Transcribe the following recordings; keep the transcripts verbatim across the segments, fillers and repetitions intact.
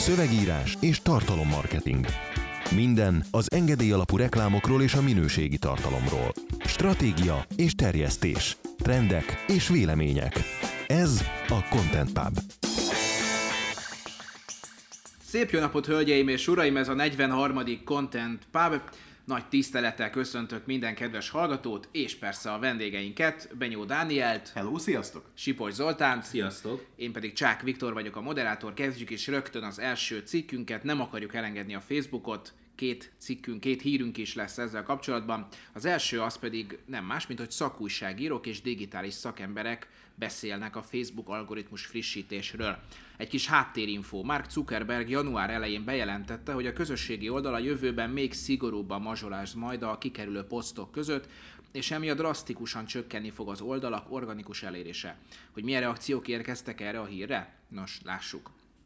szövegírás és tartalommarketing. Minden az engedély alapú reklámokról és a minőségi tartalomról. Stratégia és terjesztés. Trendek és vélemények. Ez a Content Pub. Szép jó napot, hölgyeim és uraim! Ez a negyvenharmadik Content Pub. Nagy tisztelettel köszöntök minden kedves hallgatót, és persze a vendégeinket, Benyó Dánielt. Hello, sziasztok! Sipoly Zoltánt. Sziasztok! Én pedig Csák Viktor vagyok, a moderátor. Kezdjük is rögtön az első cikkünket. Nem akarjuk elengedni a Facebookot. Két cikkünk, két hírünk is lesz ezzel kapcsolatban. Az első az pedig nem más, mint hogy szakújságírók és digitális szakemberek beszélnek a Facebook algoritmus frissítésről. Egy kis háttérinfó. Mark Zuckerberg január elején bejelentette, hogy a közösségi oldal a jövőben még szigorúbban mazsoláz majd a kikerülő posztok között, és emiatt drasztikusan csökkenni fog az oldalak organikus elérése. Hogy milyen reakciók érkeztek erre a hírre? Nos, lássuk.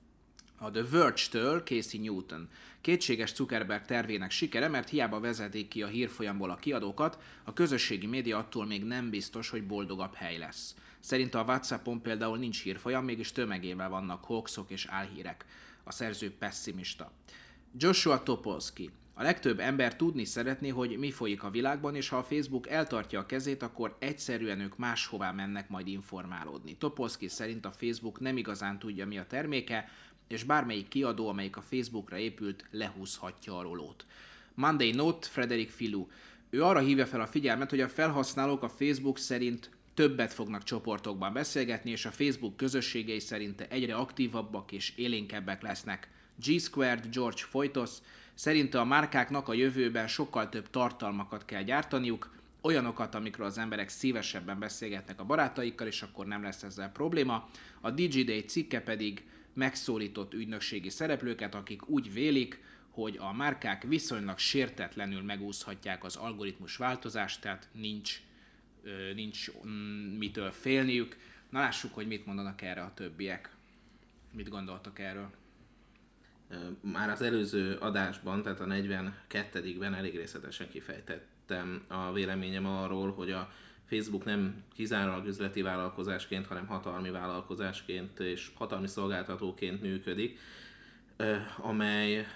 A The Verge-től Casey Newton. Kétséges Zuckerberg tervének sikere, mert hiába vezetik ki a hírfolyamból a kiadókat, a közösségi média attól még nem biztos, hogy boldogabb hely lesz. Szerinte a WhatsAppon például nincs hírfolyam, mégis tömegével vannak hoaxok és álhírek. A szerző pessimista. Joshua Topolsky. A legtöbb ember tudni szeretné, hogy mi folyik a világban, és ha a Facebook eltartja a kezét, akkor egyszerűen ők máshová mennek majd informálódni. Topolsky szerint a Facebook nem igazán tudja, mi a terméke, és bármelyik kiadó, amelyik a Facebookra épült, lehúzhatja a rolót. Monday Note, Frederick Filou. Ő arra hívja fel a figyelmet, hogy a felhasználók a Facebook szerint többet fognak csoportokban beszélgetni, és a Facebook közösségei szerinte egyre aktívabbak és élénkebbek lesznek. G Squared, George Foitos szerinte a márkáknak a jövőben sokkal több tartalmakat kell gyártaniuk, olyanokat, amikről az emberek szívesebben beszélgetnek a barátaikkal, és akkor nem lesz ezzel probléma. A DigiDay cikke pedig megszólított ügynökségi szereplőket, akik úgy vélik, hogy a márkák viszonylag sértetlenül megúszhatják az algoritmus változást, tehát nincs, nincs mitől félniük. Na lássuk, hogy mit mondanak erre a többiek. Mit gondoltak erről? Már az előző adásban, tehát a negyvenkettedikben elég részletesen kifejtettem a véleményem arról, hogy a Facebook nem kizárólag üzleti vállalkozásként, hanem hatalmi vállalkozásként és hatalmi szolgáltatóként működik, amely,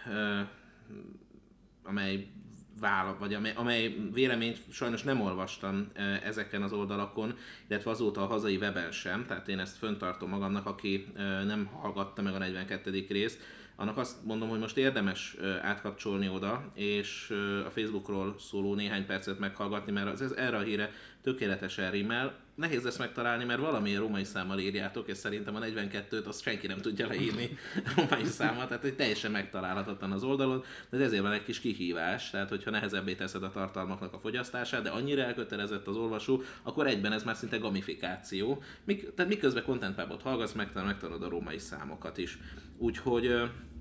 amely, vála, vagy amely, amely véleményt sajnos nem olvastam ezeken az oldalakon, illetve azóta a hazai weben sem, tehát én ezt föntartom magamnak, aki nem hallgatta meg a negyvenkettedik részt, annak azt mondom, hogy most érdemes átkapcsolni oda, és a Facebookról szóló néhány percet meghallgatni, mert ez erre a híre tökéletesen rímel. Nehéz lesz megtalálni, mert valamilyen római számmal írjátok, és szerintem a negyvenkettőt azt senki nem tudja leírni római számmal, tehát hogy teljesen megtalálhatatlan az oldalon, de ez ezért van egy kis kihívás, tehát hogyha nehezebbé teszed a tartalmaknak a fogyasztását, de annyira elkötelezett az olvasó, akkor egyben ez már szinte gamifikáció. Mik, tehát miközben Content Pubot hallgatsz, megtanulod a római számokat is. Úgyhogy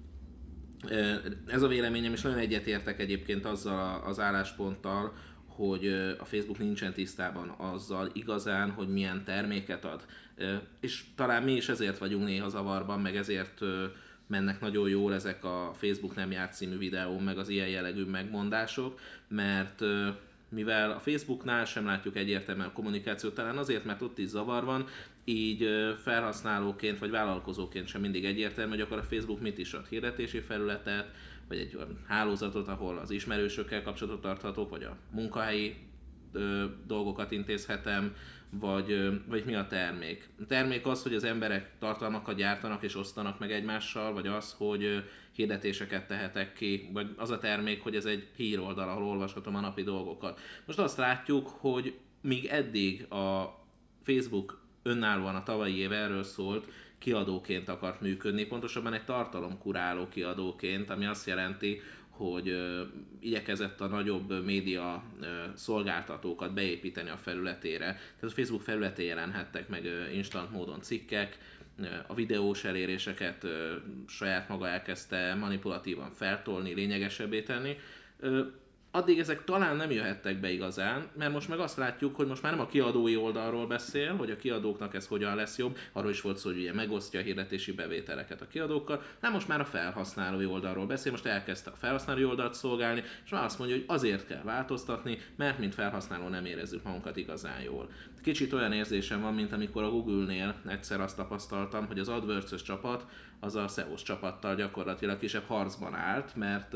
ez a véleményem, és nagyon egyetértek egyébként azzal az állásponttal, hogy a Facebook nincsen tisztában azzal igazán, hogy milyen terméket ad. És talán mi is ezért vagyunk néha zavarban, meg ezért mennek nagyon jól ezek a Facebook nem járt című videó, meg az ilyen jellegű megmondások, mert mivel a Facebooknál sem látjuk egyértelműen a kommunikációt, talán azért, mert ott is zavar van, így felhasználóként vagy vállalkozóként sem mindig egyértelmű, hogy akkor a Facebook mit is ad, hirdetési felületet, vagy egy olyan hálózatot, ahol az ismerősökkel kapcsolatot tarthatok, vagy a munkahelyi ö, dolgokat intézhetem, vagy, ö, vagy mi a termék. A termék az, hogy az emberek tartalmakat gyártanak és osztanak meg egymással, vagy az, hogy ö, hirdetéseket tehetek ki, vagy az a termék, hogy ez egy híroldal, ahol olvashatom a napi dolgokat. Most azt látjuk, hogy míg eddig a Facebook önállóan a tavalyi év erről szólt, kiadóként akart működni, pontosabban egy tartalomkuráló kiadóként, ami azt jelenti, hogy ö, igyekezett a nagyobb média ö, szolgáltatókat beépíteni a felületére. Tehát a Facebook felületén jelenhettek meg ö, instant módon cikkek, ö, a videós eléréseket ö, saját maga elkezdte manipulatívan feltolni, lényegesebbé tenni. Ö, addig ezek talán nem jöhettek be igazán, mert most meg azt látjuk, hogy most már nem a kiadói oldalról beszél, hogy a kiadóknak ez hogyan lesz jobb, arról is volt szó, hogy ugye megosztja a hirdetési bevételeket a kiadókkal, nem most már a felhasználói oldalról beszél, most elkezdte a felhasználói oldalt szolgálni, és már azt mondja, hogy azért kell változtatni, mert mint felhasználó nem érezzük magunkat igazán jól. Kicsit olyan érzésem van, mint amikor a Google-nél egyszer azt tapasztaltam, hogy az AdWords-ös csapat az a es e o-s csapattal gyakorlatilag kisebb harcban állt, mert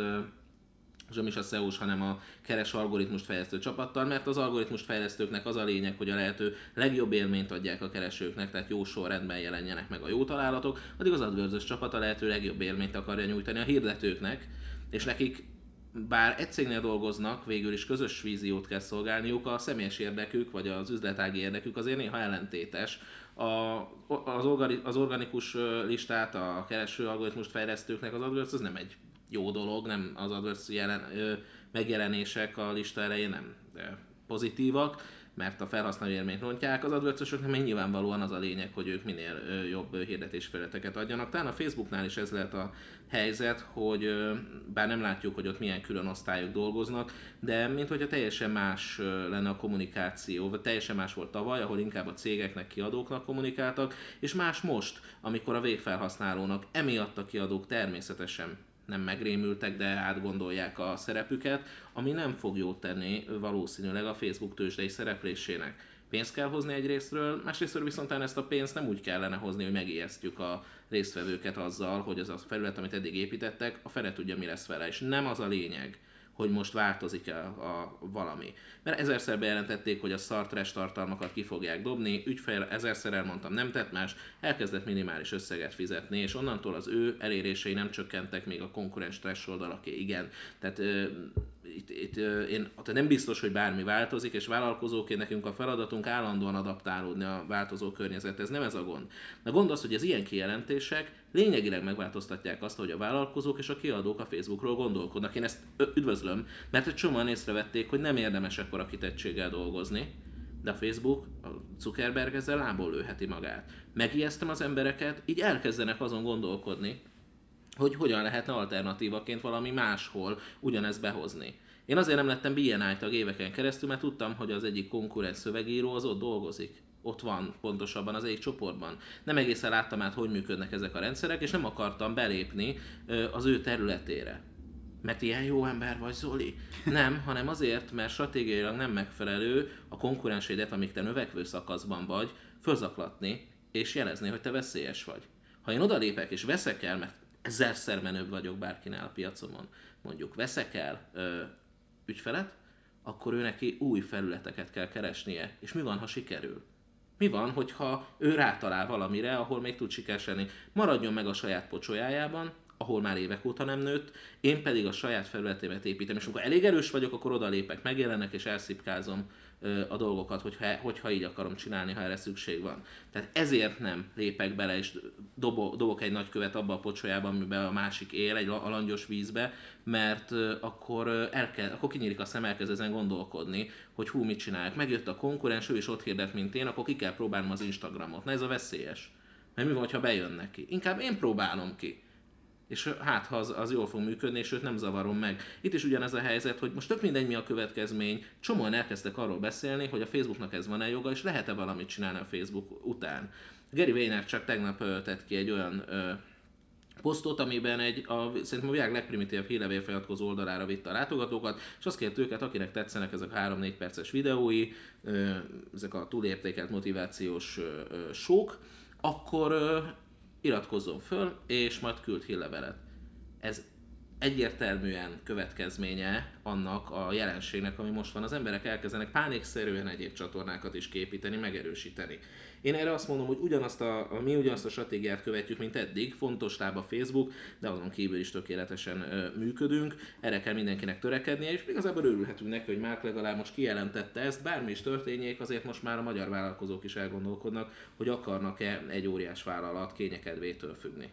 és nem is a es e o-s, hanem a keres algoritmust fejlesztő csapattal, mert az algoritmust fejlesztőknek az a lényeg, hogy a lehető legjobb élményt adják a keresőknek, tehát jó sorrendben jelenjenek meg a jó találatok, addig az AdWords-ös csapat a lehető legjobb élményt akarja nyújtani a hirdetőknek, és nekik bár egy cégnél dolgoznak, végül is közös víziót kell szolgálniuk, a személyes érdekük, vagy az üzletági érdekük azért néha ellentétes. A, az, organi, az organikus listát, a kereső algoritmust fejlesztőknek az AdWords az nem egy jó dolog, nem az AdWords jelen, ö, megjelenések a lista elején nem pozitívak, mert a felhasználó élményt rontják. Az AdWords-ösöknek még nyilvánvalóan az a lényeg, hogy ők minél ö, jobb hirdetésfelületeket adjanak. Talán a Facebooknál is ez lehet a helyzet, hogy ö, bár nem látjuk, hogy ott milyen külön osztályok dolgoznak, de minthogyha teljesen más ö, lenne a kommunikáció, vagy teljesen más volt tavaly, ahol inkább a cégeknek, kiadóknak kommunikáltak, és más most, amikor a végfelhasználónak emiatt a kiadók természetesen nem megrémültek, de átgondolják a szerepüket, ami nem fog jót tenni valószínűleg a Facebook tőzsdei szereplésének. Pénzt kell hozni egy részről, másrésztről viszont ezt a pénzt nem úgy kellene hozni, hogy megijesztjük a résztvevőket azzal, hogy az a felület, amit eddig építettek, a fele tudja, mi lesz vele, és nem az a lényeg, hogy most változik a, a valami. Mert ezerszer bejelentették, hogy a szar trash tartalmakat ki fogják dobni, ügyfél ezerszer elmondtam, nem tett más, elkezdett minimális összeget fizetni, és onnantól az ő elérései nem csökkentek, még a konkurens trash oldalaké igen. Tehát ö, itt, itt ö, én nem biztos, hogy bármi változik, és vállalkozóként nekünk a feladatunk állandóan adaptálódni a változó környezethez, nem ez a gond. A gond az, hogy az ilyen kijelentések lényegileg megváltoztatják azt, hogy a vállalkozók és a kiadók a Facebookról gondolkodnak. Én ezt üdvözlöm, mert egy csomóan észrevették, hogy nem érdemes ekkora kitettséggel dolgozni, de a Facebook, a Zuckerberg ezzel lából lőheti magát. Megijesztem az embereket, így elkezdenek azon gondolkodni, hogy hogyan lehetne alternatívaként valami máshol ugyanezt behozni. Én azért nem lettem bé en i tag éveken keresztül, mert tudtam, hogy az egyik konkurens szövegíró az ott dolgozik. Ott van pontosabban az egyik csoportban. Nem egészen láttam át, hogy működnek ezek a rendszerek, és nem akartam belépni az ő területére. Mert ilyen jó ember vagy, Zoli? Nem, hanem azért, mert stratégiailag nem megfelelő a konkurensédet, amíg te növekvő szakaszban vagy, fölzaklatni és jelezni, hogy te veszélyes vagy. Ha én odalépek és veszek el, mert ezerszer menőbb vagyok bárkinál a piacomon, mondjuk veszek el ö, ügyfelet, akkor ő neki új felületeket kell keresnie. És mi van, ha sikerül? Mi van, hogyha ő rátalál valamire, ahol még tud sikeresni? Maradjon meg a saját pocsolyájában, ahol már évek óta nem nőtt, én pedig a saját felületémet építem, és amikor elég erős vagyok, akkor odalépek, megjelennek és elszipkázom a dolgokat, hogyha, hogyha így akarom csinálni, ha erre szükség van. Tehát ezért nem lépek bele, és dobok, dobok egy nagy követ abba a pocsolyába, amiben a másik él, egy langyos vízbe, mert akkor, el kell, akkor kinyílik a szem, elkezd ezen gondolkodni, hogy hú, mit csinálják. Megjött a konkurens, ő is ott hirdet, mint én, akkor ki kell próbálnom az Instagramot. Na ez a veszélyes. Mert mi van, ha bejön neki? Inkább én próbálom ki. És hát, ha az, az jól fog működni, és őt nem zavarom meg. Itt is ugyanez a helyzet, hogy most tök mindegy, mi a következmény. Csomóan elkezdtek arról beszélni, hogy a Facebooknak ez van-e joga, és lehet-e valamit csinálni a Facebook után. Gary Vaynerchuk tegnap ö, tett ki egy olyan ö, posztot, amiben egy, a, szerintem a világ legprimitívebb hírlevélfeliratkozó oldalára vitte a látogatókat, és azt kért őket, akinek tetszenek ezek a három-négy perces videói, ö, ezek a túlértékelt motivációs ö, ö, sók, akkor ö, iratkozzon föl, és majd küld hírlevelet. Ez egyértelműen következménye annak a jelenségnek, ami most van. Az emberek elkezdenek pánikszerűen egyéb csatornákat is képíteni, megerősíteni. Én erre azt mondom, hogy ugyanazt a, mi ugyanazt a stratégiát követjük, mint eddig, fontos láb a Facebook, de azon kívül is tökéletesen ö, működünk, erre kell mindenkinek törekednie, és igazából örülhetünk neki, hogy Mark legalább most kijelentette ezt, bármi is történjék, azért most már a magyar vállalkozók is elgondolkodnak, hogy akarnak-e egy óriás vállalat kényekedvétől függni.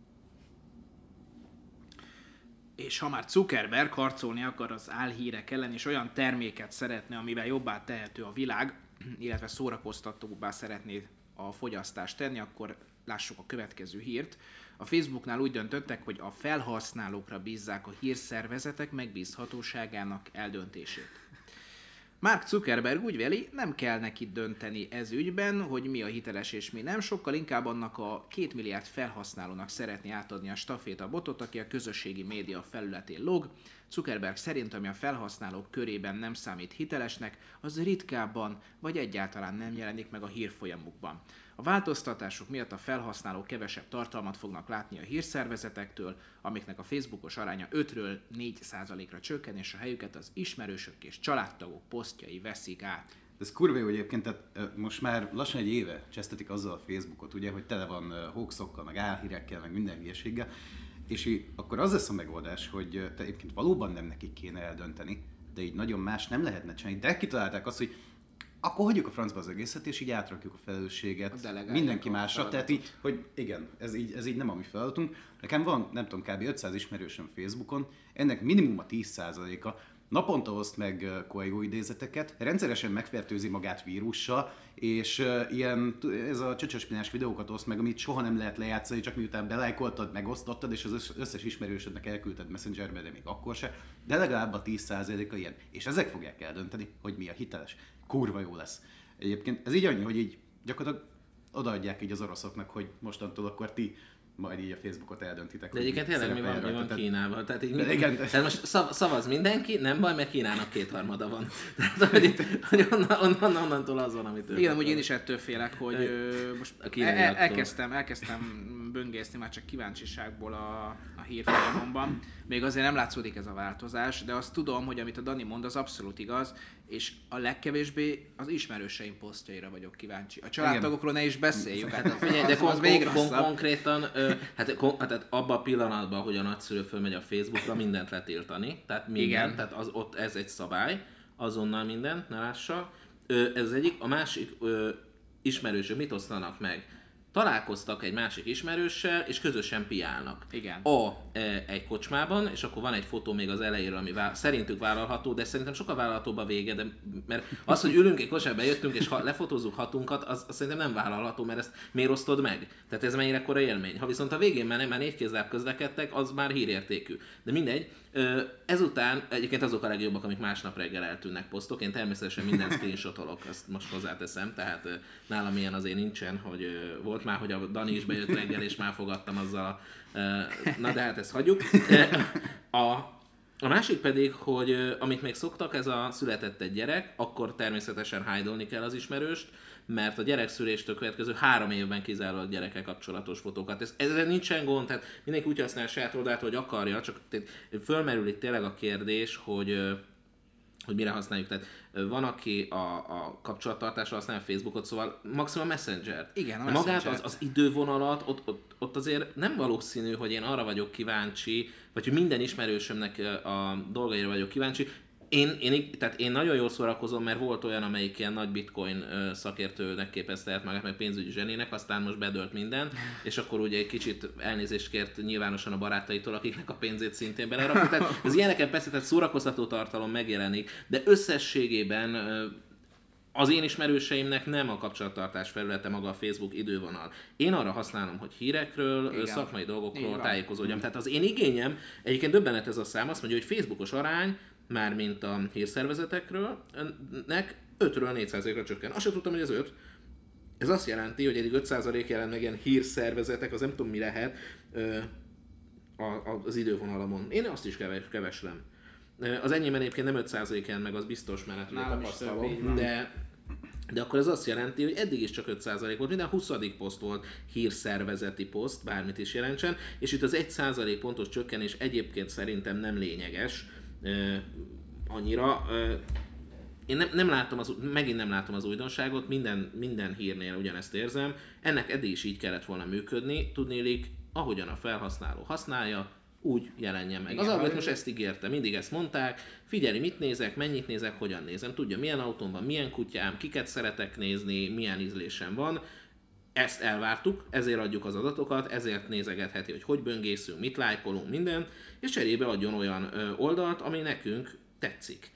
És ha már Zuckerberg harcolni akar az álhírek ellen, és olyan terméket szeretne, amivel jobbá tehető a világ, illetve szórakoztatóbbá szeretné a fogyasztást tenni, akkor lássuk a következő hírt. A Facebooknál úgy döntöttek, hogy a felhasználókra bízzák a hírszervezetek megbízhatóságának eldöntését. Mark Zuckerberg úgy véli, nem kell neki dönteni ez ügyben, hogy mi a hiteles és mi nem, sokkal inkább annak a két milliárd felhasználónak szeretné átadni a stafétabotot, aki a közösségi média felületén lóg. Zuckerberg szerint, ami a felhasználók körében nem számít hitelesnek, az ritkábban vagy egyáltalán nem jelenik meg a hírfolyamukban. A változtatások miatt a felhasználók kevesebb tartalmat fognak látni a hírszervezetektől, amiknek a Facebookos aránya ötről négy százalékra csökken, és a helyüket az ismerősök és családtagok posztjai veszik át. Ez kurva jó egyébként, tehát most már lassan egy éve csesztetik azzal a Facebookot, ugye, hogy tele van hoaxokkal, meg álhírekkel, meg minden hülyeséggel, és így, akkor az lesz a megoldás, hogy te egyébként valóban nem nekik kéne eldönteni, de így nagyon más nem lehetne csinálni, de kitalálták azt, hogy akkor hagyjuk a francba az egészet, és így átrakjuk a felelősséget mindenki másra, tehát így, hogy igen, ez így, ez így nem a mi feladatunk. Nekem van, nem tudom, kb. ötszáz ismerősöm Facebookon, ennek minimum a tíz százaléka naponta oszt meg Coelho idézeteket, rendszeresen megfertőzi magát vírussal, és uh, ilyen, ez a csöcsöspinás videókat oszt meg, amit soha nem lehet lejátszani, csak miután belájkoltad, megosztottad, és az összes ismerősödnek elküldted Messengerbe, de még akkor se, de legalább a tíz százaléka ilyen. És ezek fogják eldönteni, hogy mi a hiteles. Kurva jó lesz. Egyébként ez így annyi, hogy így gyakorlatilag odaadják így az oroszoknak, hogy mostantól akkor ti majd így a Facebookot eldöntitek. De egyébként tényleg mi van, mi van Kínával. Tehát, így mi, igen, tehát most szav, szavaz mindenki, nem baj, mert Kínának kétharmada van. Tehát, hogy, hogy onnan, onnan, onnantól az van, amit ő. Igen, hogy én is ettől félek, hogy ö, most el, elkezdtem, elkezdtem böngészni már csak kíváncsiságból a, a hírfolyamomban. Még azért nem látszódik ez a változás, de azt tudom, hogy amit a Dani mond, az abszolút igaz, és a legkevésbé az ismerőseim posztjaira vagyok kíváncsi. A családtagokról ne is beszéljük. Hát, figyelj, de kon- kon- kon- konkrétan, ö, hát, kon- hát abban a pillanatban, hogy a nagyszülő fölmegy a Facebookra, mindent letiltani. Tehát minden, igen. Tehát az, ott ez egy szabály, azonnal mindent, ne lássa. Ö, ez az egyik. A másik ö, ismerősök mit osztanak meg? Találkoztak egy másik ismerőssel, és közösen piálnak. Igen. A e, egy kocsmában, és akkor van egy fotó még az elejéről, ami vá- szerintük vállalható, de szerintem sokkal vállalhatóbb a vége, de, mert az, hogy ülünk egy kocsmába, bejöttünk, és ha lefotózzuk hatunkat, az, az szerintem nem vállalható, mert ezt miért osztod meg? Tehát ez mennyire ekkora élmény. Ha viszont a végén már, már négy kézláb közlekedtek, az már hírértékű. De mindegy. Ezután egyébként azok a legjobbak, amik másnap reggel eltűnnek posztok. Én természetesen minden screenshotolok, ezt most hozzáteszem, tehát nálam ilyen azért nincsen, hogy volt már, hogy a Dani is bejött reggel, és már fogadtam azzal a... Na de hát ezt hagyjuk. A, a másik pedig, hogy amit még szoktak, ez a született egy gyerek, akkor természetesen hide-olni kell az ismerőst, mert a gyerekszüléstől következő három évben kizárólag gyerekkel kapcsolatos fotókat. Ez, ezzel nincsen gond, tehát mindenki úgy használ a saját oldalt, hogy akarja, csak fölmerül itt tényleg a kérdés, hogy, hogy mire használjuk. Tehát van, aki a, a kapcsolattartásra használja a Facebookot, szóval maximum a Messenger-t. Igen, a Messenger-t. Magát az, az idővonalat, ott, ott, ott azért nem valószínű, hogy én arra vagyok kíváncsi, vagy hogy minden ismerősömnek a dolgaira vagyok kíváncsi. Én, én, tehát én nagyon jól szórakozom, mert volt olyan, amelyik ilyen nagy bitcoin szakértőnek képezte el magát, meg pénzügyi zsenének, aztán most bedölt minden, és akkor ugye egy kicsit elnézést kért nyilvánosan a barátaitól, akiknek a pénzét szintén belerakott. Tehát az ilyeneken persze, tehát szórakoztató tartalom megjelenik, de összességében az én ismerőseimnek nem a kapcsolattartás felülete maga a Facebook idővonal. Én arra használom, hogy hírekről, igen, szakmai dolgokról tájékozódjam. Tehát az én igényem, egyébként döbbenet ez a szám, azt mondja, hogy Facebookos arány, mármint a hírszervezetekről, nek ötről négy százalékra csökken. Azt sem tudtam, hogy ez öt. Ez azt jelenti, hogy eddig öt százalék jelent meg ilyen hírszervezetek, az nem tudom mi lehet az idővonalamon. Én azt is keves, keveslem. Az enyémben egyébként nem öt százalék jelent meg, az biztos, mert hát tapasztalom, de, de akkor ez azt jelenti, hogy eddig is csak öt százalék volt, minden huszadik poszt volt hírszervezeti poszt, bármit is jelentsen, és itt az egy százalék pontos csökkenés egyébként szerintem nem lényeges, Uh, annyira. Uh, én nem, nem látom az, megint nem látom az újdonságot, minden, minden hírnél ugyanezt érzem. Ennek eddig is így kellett volna működni, tudnélik, ahogyan a felhasználó használja, úgy jelenjen meg. Igen, az algoritmus ezt ígérte, mindig ezt mondták, figyelj, mit nézek, mennyit nézek, hogyan nézem, tudja milyen autón van, milyen kutyám, kiket szeretek nézni, milyen ízlésem van. Ezt elvártuk, ezért adjuk az adatokat, ezért nézegetheti, hogy hogy böngészünk, mit lájkolunk, minden, és cserébe adjon olyan oldalt, ami nekünk tetszik.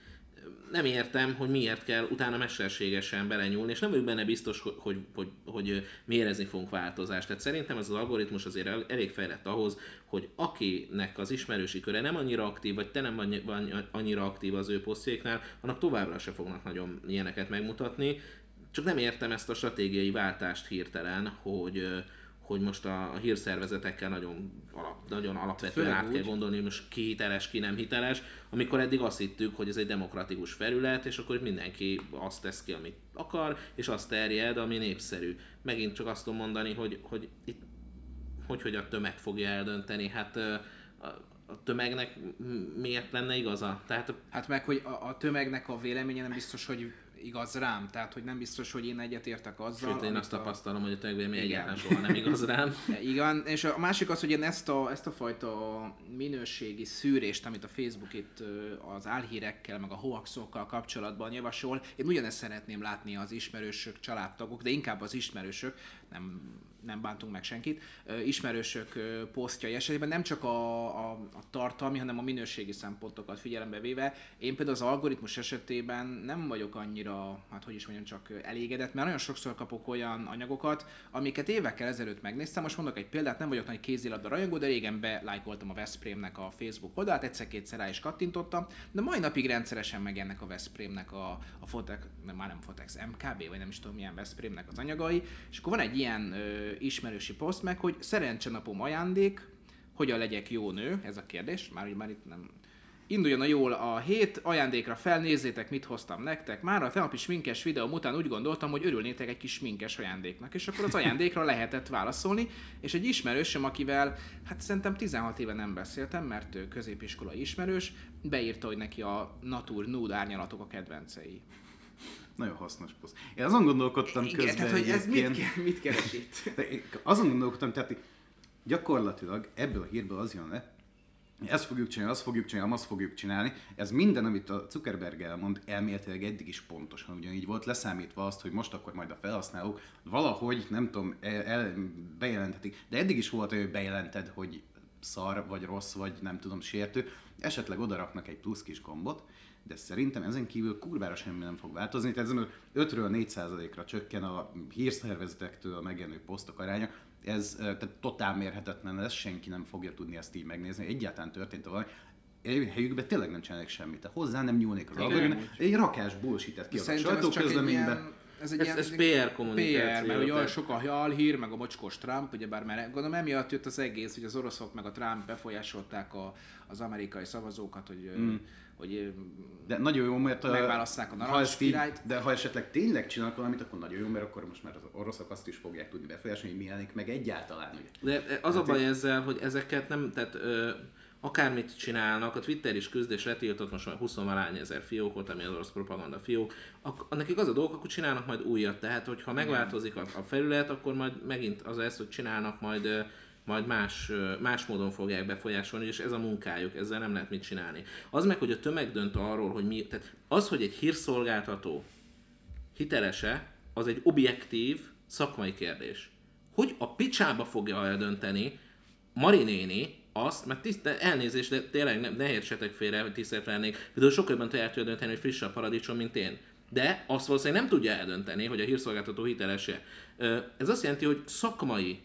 nem értem, hogy miért kell utána mesterségesen belenyúlni, és nem vagyok benne biztos, hogy, hogy, hogy, hogy mérezni fogunk változást. Tehát szerintem ez az algoritmus azért elég fejlett ahhoz, hogy akinek az ismerősi köre nem annyira aktív, vagy te nem vagy annyira aktív az ő posztjéknál, annak továbbra se fognak nagyon ilyeneket megmutatni. Csak nem értem ezt a stratégiai váltást hirtelen, hogy, hogy most a hírszervezetekkel nagyon, alap, nagyon alapvetően át kell gondolni, hogy most ki hiteles, ki nem hiteles, amikor eddig azt hittük, hogy ez egy demokratikus felület, és akkor mindenki azt tesz ki, amit akar, és azt terjed, ami népszerű. Megint csak azt tudom mondani, hogy, hogy itt hogy, hogy a tömeg fogja eldönteni, hát a, a tömegnek miért lenne igaza? Tehát, hát meg, hogy a, a tömegnek a véleménye nem biztos, hogy igaz rám, tehát hogy nem biztos, hogy én egyetértek azzal. Sőt, én azt a... tapasztalom, hogy a tömegvélemény egyáltalán soha nem igaz rám. Igen, és a másik az, hogy én ezt a, ezt a fajta minőségi szűrést, amit a Facebook itt az álhírekkel, meg a hoaxokkal kapcsolatban javasol, én ugyanezt szeretném látni az ismerősök, családtagok, de inkább az ismerősök, nem, nem bántunk meg senkit, ismerősök posztjai esetében nem csak a, a, a tartalmi, hanem a minőségi szempontokat figyelembe véve. Én például az algoritmus esetében nem vagyok annyira, hát hogy is mondjam, csak elégedett, mert nagyon sokszor kapok olyan anyagokat, amiket évekkel ezelőtt megnéztem. Most mondok egy példát, nem vagyok nagy kézilabda rajongó, de régen belájkoltam a Veszprémnek a Facebook oldalát, egyszer-kétszer rá is kattintottam, de mai napig rendszeresen megjelennek a Veszprémnek a, a Fotex, nem, már nem Fotex, em ká bé, vagy nem is tudom milyen Veszprémnek az anyagai, és akkor van egy ilyen ö, ismerősi poszt meg, hogy szerencsenapom ajándék, hogyan legyek jó nő, ez a kérdés, már, már itt nem... Induljon a jól a hét, ajándékra felnézzétek, mit hoztam nektek. Már a tegnapi sminkes videóm után úgy gondoltam, hogy örülnétek egy kis sminkes ajándéknak, és akkor az ajándékra lehetett válaszolni, és egy ismerősöm, akivel hát szerintem tizenhat éve nem beszéltem, mert ő középiskolai ismerős, beírta, hogy neki a Natur Nude árnyalatok a kedvencei. Nagyon hasznos poszt. Én azon gondolkodtam Igen, közben tehát, hogy ez egyébként... mit, mit keres itt? Azon gondolkodtam, tehát gyakorlatilag ebből a hírből az jön le, ezt fogjuk csinálni, azt fogjuk csinálni, azt fogjuk csinálni. Ez minden, amit a Zuckerberg elmond, elméletileg eddig is pontosan ugyanígy volt, leszámítva azt, hogy most akkor majd a felhasználók valahogy, nem tudom, el, el, bejelenthetik. De eddig is volt, hogy bejelented, hogy szar, vagy rossz, vagy nem tudom, sértő. Esetleg odaraknak egy plusz kis gombot, de szerintem ezen kívül kurvára semmi nem fog változni. Tehát ezen ötről négy százalékra csökken a hírszervezetektől megjelenő posztok aránya. Ez tehát totál mérhetetlen, ez senki nem fogja tudni ezt így megnézni. Egyáltalán történt valami. Helyükben tényleg nem csinálják semmit. Tehát hozzá nem nyúlnék az algoritmus. Egy rakás bullshit-et ki a sajtóközleménybe. Ez egy ez, ilyen, ez pé er kommunikáció. pé er, mert ugye olyan sok a álhír, meg a mocskos Trump, ugyebár mert gondolom emiatt jött az egész, hogy az oroszok meg a Trump befolyásolták a, az amerikai szavazókat, hogy, mm. hogy de nagyon jó, mert megválasszák a narancs királyt. De ha esetleg tényleg csinálnak valamit, akkor nagyon jó, mert akkor most már az oroszok azt is fogják tudni befolyásolni, hogy mi jelenik meg egyáltalán. Ugye. De az hát a baj én... ezzel, hogy ezeket nem, tehát ö, akármit csinálnak, a Twitter is küzd és letiltott most már húsz-valány ezer fiókot, ami az orosz propaganda fiók, ak- nekik az a dolog, akkor csinálnak majd újat, tehát hogyha megváltozik a, a felület, akkor majd megint az lesz, hogy csinálnak majd majd más, más módon fogják befolyásolni, és ez a munkájuk, ezzel nem lehet mit csinálni. Az meg, hogy a tömeg dönt arról, hogy mi, tehát az, hogy egy hírszolgáltató hitelese, az egy objektív szakmai kérdés. Hogy a picsába fogja eldönteni Mari néni azt, mert tiszt, elnézést, de tényleg ne, ne értsetek félre, hogy tiszteletelnék, például sok jobban el tudja dönteni, hogy friss a paradicsom, mint én. De azt valószínűleg nem tudja eldönteni, hogy a hírszolgáltató hitelese. Ez azt jelenti, hogy szakmai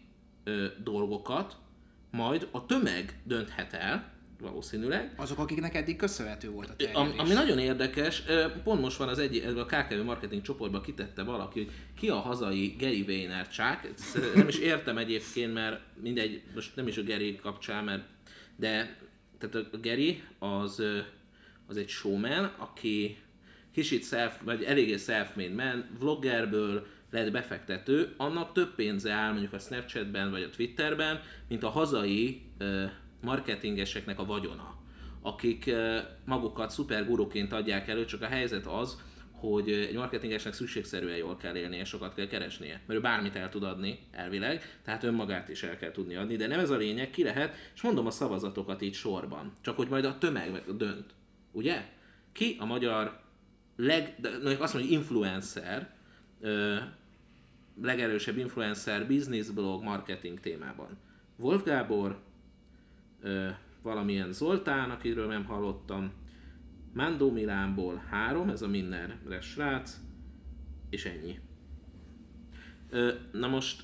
dolgokat majd a tömeg dönthet el, valószínűleg. Azok, akiknek eddig köszönhető volt a terjedés. Ami nagyon érdekes, pont most van az egy, a ká ká vé marketing csoportban kitette valaki, hogy ki a hazai Gary Vaynerchuk. Nem is értem egyébként, mert mindegy, most nem is a Gary kapcsán, mert de tehát a Gary az, az egy showman, aki kicsit self, vagy eléggé self-made man, vloggerből lett befektető, annak több pénze áll mondjuk a Snapchatben vagy a Twitterben, mint a hazai uh, marketingeseknek a vagyona, akik uh, magukat szuperguruként adják elő, csak a helyzet az, hogy egy marketingesnek szükségszerűen jól kell élnie, és sokat kell keresnie, mert ő bármit el tud adni elvileg, tehát önmagát is el kell tudni adni, de nem ez a lényeg, ki lehet, és mondom a szavazatokat így sorban, csak hogy majd a tömeg dönt, ugye? Ki a magyar leg, de azt mondja, influencer, uh, legerősebb influencer, business blog, marketing témában. Wolf Gábor, ö, valamilyen Zoltán, akiről nem hallottam, Mando Milánból három, ez a mindenre srác, és ennyi. Ö, na most...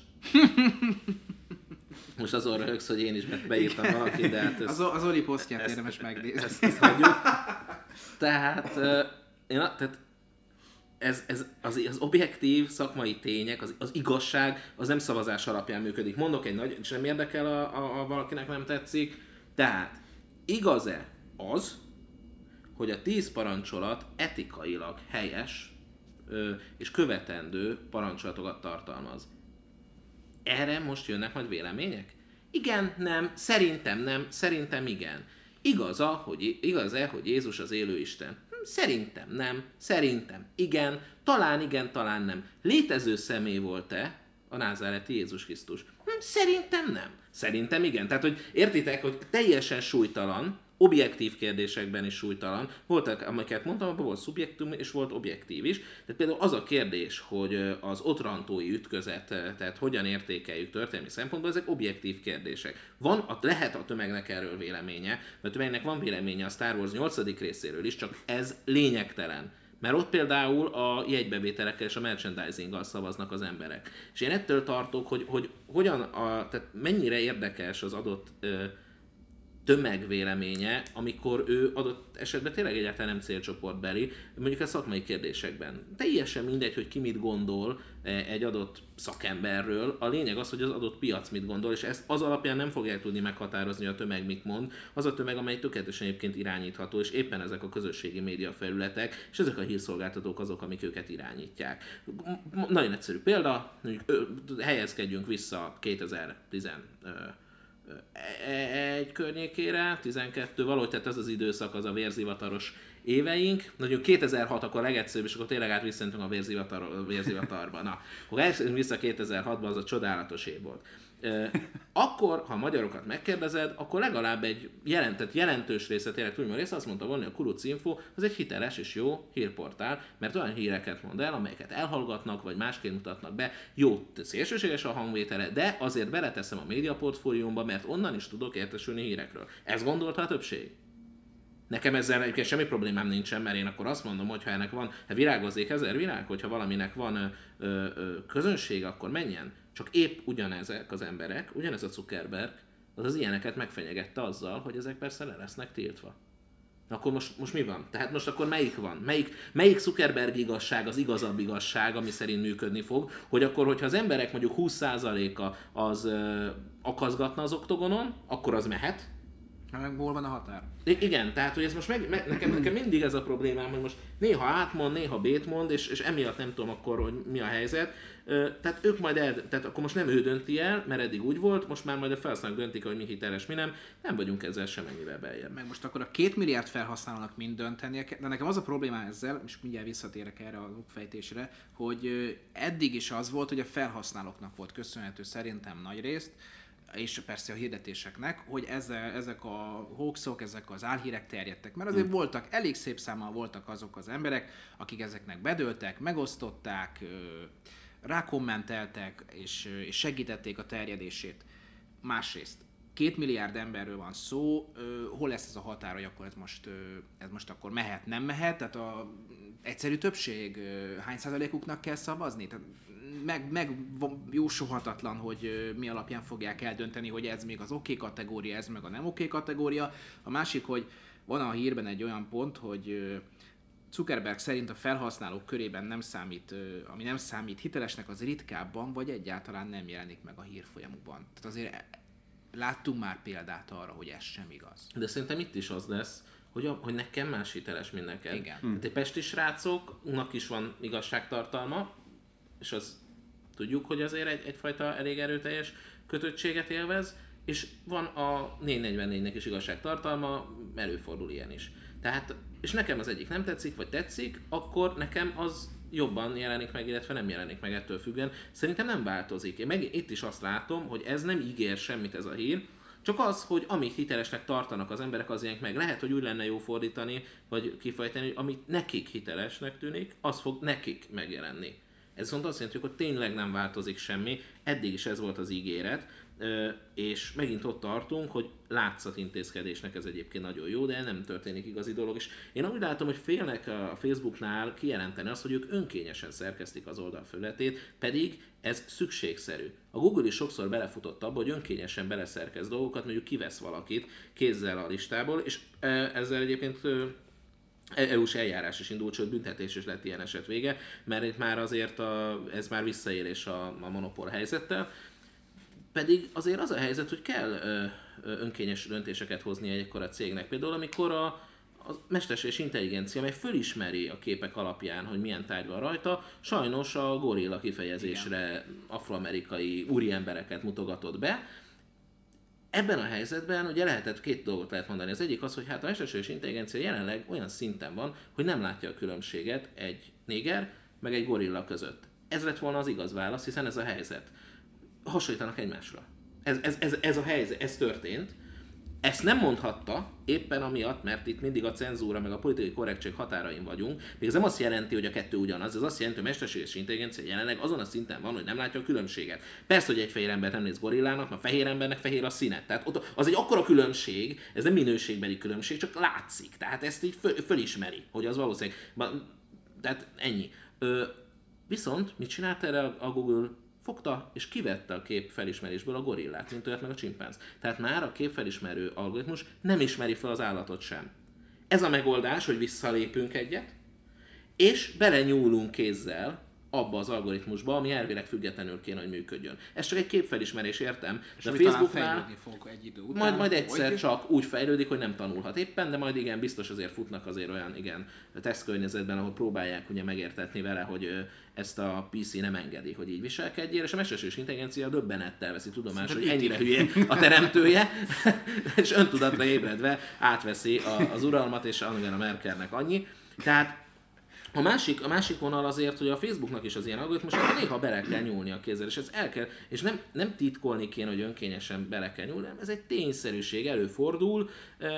Most azon röhögsz, hogy én is beírtam valakit, de hát ez... Az, az Oli posztját érdemes megnézni. Ezt, ezt hagyjuk. Tehát, uh, én, tehát ez, ez az, az objektív szakmai tények, az, az igazság, az nem szavazás alapján működik. Mondok egy nagy, és nem érdekel, a, a, a valakinek nem tetszik. Tehát igaz-e az, hogy a tíz parancsolat etikailag helyes ö, és követendő parancsolatokat tartalmaz? Erre most jönnek majd vélemények? Igen, nem, szerintem nem, szerintem igen. Igaz-e, hogy, igaz-e, hogy Jézus az élő Isten? Szerintem nem, szerintem igen, talán igen, talán nem. Létező személy volt-e a názáreti Jézus Krisztus? Szerintem nem. Szerintem igen. Tehát, hogy értitek, hogy teljesen súlytalan, objektív kérdésekben is súlytalan. Voltak, amiket mondtam, abban volt szubjektum és volt objektív is. Tehát például az a kérdés, hogy az otrantói ütközet, tehát hogyan értékeljük történelmi szempontból, ezek objektív kérdések. Van, a, lehet a tömegnek erről véleménye, mert a tömegnek van véleménye a Star Wars nyolcadik részéről is, csak ez lényegtelen. Mert ott például a jegybevételekkel és a merchandisinggal szavaznak az emberek. És én ettől tartok, hogy, hogy hogyan a, tehát mennyire érdekes az adott ö, tömegvéleménye, amikor ő adott esetben tényleg egyáltalán nem célcsoportbeli, mondjuk a szakmai kérdésekben. Teljesen mindegy, hogy ki mit gondol egy adott szakemberről, a lényeg az, hogy az adott piac mit gondol, és ezt az alapján nem fogják tudni meghatározni, hogy a tömeg mit mond. Az a tömeg, amely tökéletesen egyébként irányítható, és éppen ezek a közösségi média felületek, és ezek a hírszolgáltatók azok, amik őket irányítják. Nagyon egyszerű példa, helyezkedjünk vissza kétezer-tizenöt egy környékére, tizenkettő valahogy, tehát ez az időszak, az a vérzivataros éveink. Nagyon kétezer-hat akkor legegyszerűbb, és akkor tényleg át visszajöntünk a vérzivatar, vérzivatarba. Na, akkor elkezdünk vissza kétezer-hatban, az a csodálatos év volt. Akkor, ha a magyarokat megkérdezed, akkor legalább egy jelentett, jelentős része, tényleg túlnyomó része azt mondta volna, hogy a Kuruc Info az egy hiteles és jó hírportál, mert olyan híreket mond el, amelyeket elhallgatnak, vagy másként mutatnak be. Jó, szélsőséges a hangvétele, de azért beleteszem a médiaportfóliómba, mert onnan is tudok értesülni hírekről. Ezt gondolta a többség? Nekem ezzel egyébként semmi problémám nincsen, mert én akkor azt mondom, hogy ha ennek van, ha virágozzék ezer virág, hogyha valaminek van ö, ö, ö, közönség, akkor menjen. Csak épp ugyanezek az emberek, ugyanez a Zuckerberg, az az ilyeneket megfenyegette azzal, hogy ezek persze le lesznek tiltva. Na akkor most, most mi van? Tehát most akkor melyik van? Melyik, melyik Zuckerberg igazság az igazabb igazság, ami szerint működni fog? Hogy akkor, hogyha az emberek mondjuk húsz százaléka az ö, akaszgatna az oktogonon, akkor az mehet. Na meg hol van a határ? I- igen, tehát hogy ez most meg, meg, nekem, nekem mindig ez a problémám, hogy most néha átmond, néha bétmond, és, és emiatt nem tudom akkor, hogy mi a helyzet. Tehát ők majd el, tehát akkor most nem ő dönti el, mert eddig úgy volt, most már majd a felhasználók döntik, hogy mi hiteles, mi nem. Nem vagyunk ezzel semennyivel beljebb. Meg most akkor a két milliárd felhasználónak mind döntenie kell, de nekem az a probléma ezzel, és mindjárt visszatérek erre a fejtésre, hogy eddig is az volt, hogy a felhasználóknak volt köszönhető szerintem nagy részt, és persze a hirdetéseknek, hogy ezzel, ezek a hoaxok, ezek az álhírek terjedtek. Mert azért hmm. voltak, elég szép számmal voltak azok az emberek, akik ezeknek bedöltek, megosztották, rákommenteltek, és, és segítették a terjedését. Másrészt, két milliárd emberről van szó, hol lesz ez a határ, hogy akkor ez most, ez most akkor mehet, nem mehet, tehát a egyszerű többség, hány százalékuknak kell szavazni? Tehát meg, meg jósolhatatlan, hogy mi alapján fogják eldönteni, hogy ez még az oké okay kategória, ez meg a nem oké okay kategória. A másik, hogy van a hírben egy olyan pont, hogy Zuckerberg szerint a felhasználók körében nem számít, ami nem számít hitelesnek, az ritkábban, vagy egyáltalán nem jelenik meg a hírfolyamukban. Tehát azért láttunk már példát arra, hogy ez sem igaz. De szerintem itt is az lesz, hogy, a, hogy nekem más hiteles, mint neked. Igen. Tehát egy pesti srácoknak is van igazságtartalma, és az tudjuk, hogy azért egy, egyfajta elég erőteljes kötöttséget élvez, és van a négy negyvennégynek is igazságtartalma, előfordul ilyen is. Tehát, és nekem az egyik nem tetszik, vagy tetszik, akkor nekem az jobban jelenik meg, illetve nem jelenik meg ettől függően. Szerintem nem változik. Én meg itt is azt látom, hogy ez nem ígér semmit ez a hír, csak az, hogy amit hitelesnek tartanak az emberek, az ilyenek meg. Lehet, hogy úgy lenne jó fordítani, vagy kifejteni, hogy amit nekik hitelesnek tűnik, az fog nekik megjelenni. Ez viszont azt jelenti, hogy tényleg nem változik semmi, eddig is ez volt az ígéret, és megint ott tartunk, hogy látszatintézkedésnek ez egyébként nagyon jó, de nem történik igazi dolog. És én úgy látom, hogy félnek a Facebooknál kijelenteni azt, hogy ők önkényesen szerkesztik az oldal felületét, pedig ez szükségszerű. A Google is sokszor belefutott abba, hogy önkényesen beleszerkesz dolgokat, mondjuk kivesz valakit kézzel a listából, és ezzel egyébként é u-s eljárás is indult, sőt büntetés is lett ilyen eset vége, mert itt már azért a, ez már visszaélés a, a monopól helyzettel. Pedig azért az a helyzet, hogy kell ö, ö, önkényes döntéseket hozni egy ekkora cégnek. Például amikor a, a mesterséges intelligencia, amely fölismeri a képek alapján, hogy milyen tárgy van rajta, sajnos a gorilla kifejezésre igen. afroamerikai úriembereket mutogatott be. Ebben a helyzetben ugye lehetett két dolgot lehet mondani. Az egyik az, hogy hát a mesterséges intelligencia jelenleg olyan szinten van, hogy nem látja a különbséget egy néger meg egy gorilla között. Ez lett volna az igaz válasz, hiszen ez a helyzet. Hasonlítanak egymásra. Ez, ez, ez, ez a helyzet, ez történt. Ezt nem mondhatta, éppen amiatt, mert itt mindig a cenzúra meg a politikai korrektség határain vagyunk, még ez nem azt jelenti, hogy a kettő ugyanaz, ez azt jelenti, hogy a mesterséges intelligencia jelenleg azon a szinten van, hogy nem látja a különbséget. Persze, hogy egy fehér ember nem néz gorillának, mert fehér embernek fehér a színe. Tehát ott az egy akkora különbség, ez nem minőségbeli különbség, csak látszik. Tehát ezt így föl, fölismeri, hogy az valószínűleg. Tehát ennyi. Ö, viszont mit csinált erre a Google? Fogta és kivette a képfelismerésből a gorillát, mint olyat meg a csimpánz. Tehát már a képfelismerő algoritmus nem ismeri fel az állatot sem. Ez a megoldás, hogy visszalépünk egyet, és belenyúlunk kézzel abba az algoritmusba, ami elvileg függetlenül kéne, hogy működjön. Ez csak egy képfelismerés, értem. És de a Facebooknál fog egy idő után, majd, majd egyszer hogy... csak úgy fejlődik, hogy nem tanulhat éppen, de majd igen, biztos azért futnak azért olyan igen tesztkörnyezetben, ahol próbálják ugye megértetni vele, hogy ezt a pé cé nem engedi, hogy így viselkedjél, és a mesterséges intelligencia döbbenettel veszi tudomást, hogy ennyire hülye a teremtője, és öntudatra ébredve átveszi az uralmat, és Angela Merkelnek annyi. Tehát A másik, a másik vonal azért, hogy a Facebooknak is az ilyen algoritmusokban néha bele kell nyúlni a kézzel, és ez el kell, és nem, nem titkolni kéne, hogy önkényesen bele kell nyúlni, ez egy tényszerűség, előfordul,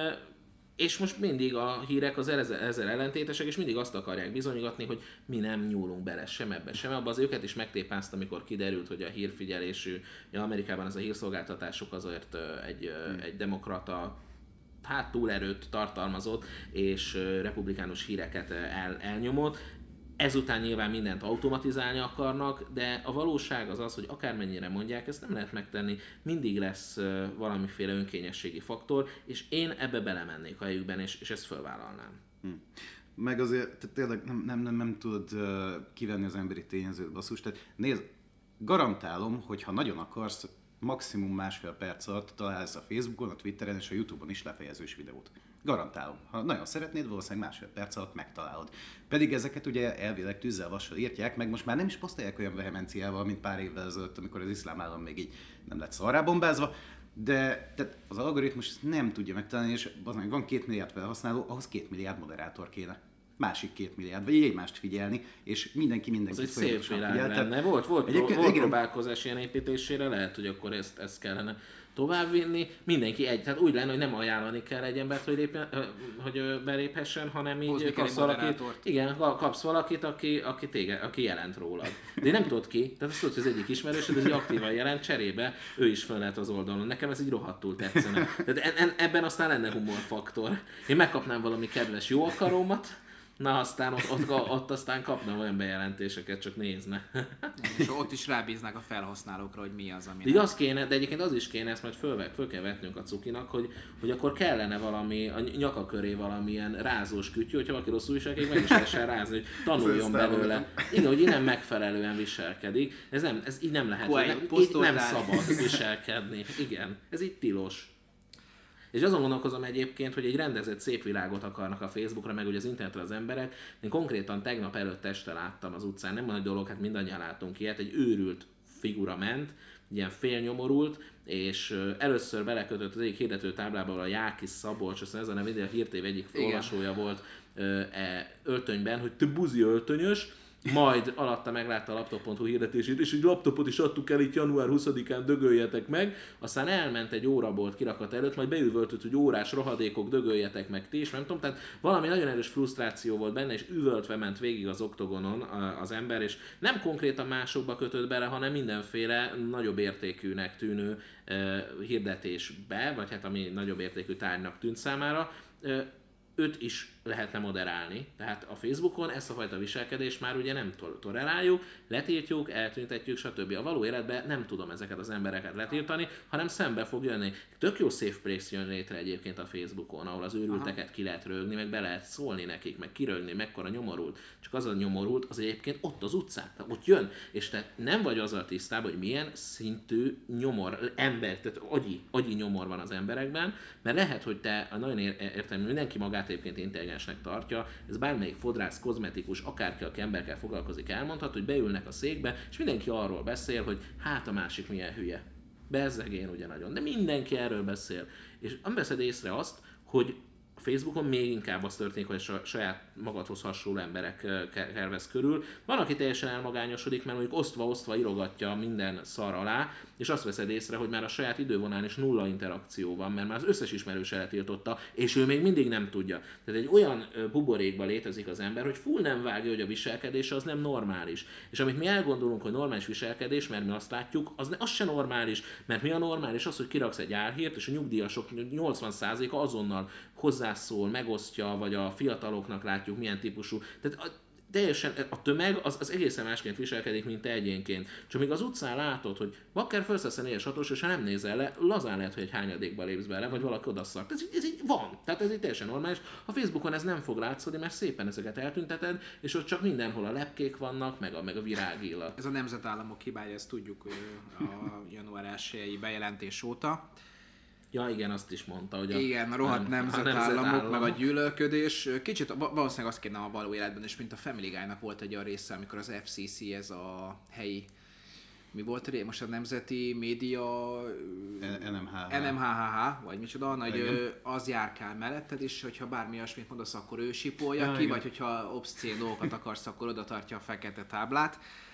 és most mindig a hírek az ezzel ellentétesek, és mindig azt akarják bizonygatni, hogy mi nem nyúlunk bele sem ebbe, sem abba. Az őket is megtépázta, amikor kiderült, hogy a hírfigyelésű, ja, Amerikában ez a hírszolgáltatások azért egy, hmm. egy demokrata hát túlerőt tartalmazott, és republikánus híreket el, elnyomott. Ezután nyilván mindent automatizálni akarnak, de a valóság az az, hogy akármennyire mondják, ezt nem lehet megtenni, mindig lesz valamiféle önkényességi faktor, és én ebbe belemennék a helyükben, és, és ezt fölvállalnám. Hm. Meg azért tehát tényleg nem, nem, nem, nem tudod kivenni az emberi tényezőt, basszus. Tehát nézd, garantálom, hogy ha nagyon akarsz, maximum másfél perc alatt találsz a Facebookon, a Twitteren és a YouTube-on is lefejezős videót. Garantálom. Ha nagyon szeretnéd, valószínűleg másfél perc alatt megtalálod. Pedig ezeket ugye elvileg tűzzel vassal írtják, meg most már nem is posztolják olyan vehemenciával, mint pár évvel ezelőtt, amikor az iszlám állam még így nem lett szarrá bombázva, de tehát az algoritmus nem tudja megtalálni, és van két milliárd felhasználó, ahhoz két milliárd moderátor kéne. Másik két milliárd, vagy egymást figyelni, és mindenki mindenkit az egy szép világ lenne. Volt, volt, volt próbálkozás ilyen építésére, lehet, hogy akkor ezt, ezt kellene továbbvinni. Mindenki egy, tehát úgy lenne, hogy nem ajánlani kell egy embert, hogy, lépjen, hogy beléphessen, hanem így kapsz valakit, igen, kapsz valakit, aki, aki, tége, aki jelent rólad. De nem tudod ki, tehát azt tudod, hogy az egyik ismerősöd, az így aktívan jelent, cserébe ő is föl lehet az oldalon. Nekem ez így rohadtul tetszene. Tehát ebben aztán lenne humorfaktor. Én megkapnám valami kedves jó akarómat, na aztán ott, ott, ott aztán kapna olyan bejelentéseket, csak nézne. És ott is rábíznak a felhasználókra, hogy mi az, ami de az kéne, de egyébként az is kéne, ezt majd föl, föl kell vetnünk a cukinak, hogy, hogy akkor kellene valami, a nyaka köré valamilyen rázós kütyű, hogyha valaki rosszul viselkedik, meg is lehessen rázni, hogy tanuljon belőle. Igen, hogy így nem megfelelően viselkedik. Ez, nem, ez így nem lehet, nem, így nem szabad viselkedni. Igen, ez így tilos. És azon gondolkozom egyébként, hogy egy rendezett szép világot akarnak a Facebookra, meg ugye az internetre az emberek. Én konkrétan tegnap előtt este láttam az utcán, nem nagy dolog, hát mindannyian látunk ilyet, egy őrült figura ment, ilyen félnyomorult, és először belekötött az egyik hirdető táblába a Jákis Szabolcs, aztán ez a neve, a Hír té vé egyik olvasója volt e, öltönyben, hogy te buzi öltönyös, majd alatta meglátta a laptop pont hu hirdetését, és egy laptopot is adtuk el itt január huszadikán, dögöljetek meg, aztán elment egy órabolt kirakat előtt, majd beüvöltött, hogy órás rohadékok, dögöljetek meg ti, és nem tudom, tehát valami nagyon erős frusztráció volt benne, és üvöltve ment végig az oktogonon az ember, és nem konkrétan másokba kötött bele, hanem mindenféle nagyobb értékűnek tűnő hirdetésbe, vagy hát ami nagyobb értékű tárgynak tűnt számára, őt is lehetne moderálni. Tehát a Facebookon ezt a fajta viselkedést már ugye nem toleráljuk, letiltjuk, eltüntetjük, stb. A való életben nem tudom ezeket az embereket letiltani, hanem szembe fog jönni. Tök jó safe place jön létre egyébként a Facebookon, ahol az őrülteket Aha. ki lehet rögni, meg be lehet szólni nekik, meg kirögni, mekkora nyomorult. Csak az a nyomorult, az egyébként ott az utcán, ott jön, és te nem vagy azzal tisztában, hogy milyen szintű nyomor, ember, tehát agyi, agyi nyomor van az emberekben, mert lehet, hogy te nagyon értem, mindenki magát egyébként intelligensnek tartja, ez bármelyik fodrász, kozmetikus, akárki, aki emberkel foglalkozik, elmondhat, hogy beülnek a székbe, és mindenki arról beszél, hogy hát a másik milyen hülye. Bezzeg én ugye nagyon, de mindenki erről beszél. És nem veszed észre azt, hogy a Facebookon még inkább az történik, hogy a saját magadhoz hasonló emberek kervesz körül. Van, aki teljesen elmagányosodik, mert mondjuk osztva-osztva írogatja minden szar alá, és azt veszed észre, hogy már a saját idővonalán is nulla interakció van, mert már az összes ismerőse letiltotta, és ő még mindig nem tudja. Tehát egy olyan buborékban létezik az ember, hogy full nem vágja, hogy a viselkedése az nem normális. És amit mi elgondolunk, hogy normális viselkedés, mert mi azt látjuk, az, ne, az se normális, mert mi a normális az, hogy kiraksz egy álhírt, és a nyugdíjasok nyolcvan százaléka azonnal hozzászól, megosztja, vagy a fiataloknak látjuk milyen típusú. Tehát a, teljesen a tömeg az, az egészen másként viselkedik, mint te egyénként. Csak még az utcán látod, hogy bakker felszesz a négyes hatós, és ha nem nézel le, lazán lehet, hogy egy hányadékba lépsz bele, vagy valaki odaszak. Ez, ez így van. Tehát ez így teljesen normális. A Facebookon ez nem fog látszódni, mert szépen ezeket eltünteted, és ott csak mindenhol a lepkék vannak, meg a, meg a virágillat. Ez a nemzetállamok hibája, ezt tudjuk a január elsejei bejelentés óta. Ja, igen, azt is mondta, hogy a, igen, a rohadt a, nemzetállamok, a nemzetállam. meg a gyűlölködés. Kicsit valószínűleg azt kéne a való életben is, mint a Family Guy-nak volt egy olyan része, amikor az ef cé cé, ez a helyi, mi volt ré, most a Nemzeti Média... en em há há. en em há há, vagy micsoda, hogy az járkál melletted, és hogyha bármi olyasmit mondasz, akkor ő sipolja ja, ki, igen. Vagy hogyha obszcén dolgokat akarsz, akkor oda tartja a fekete táblát.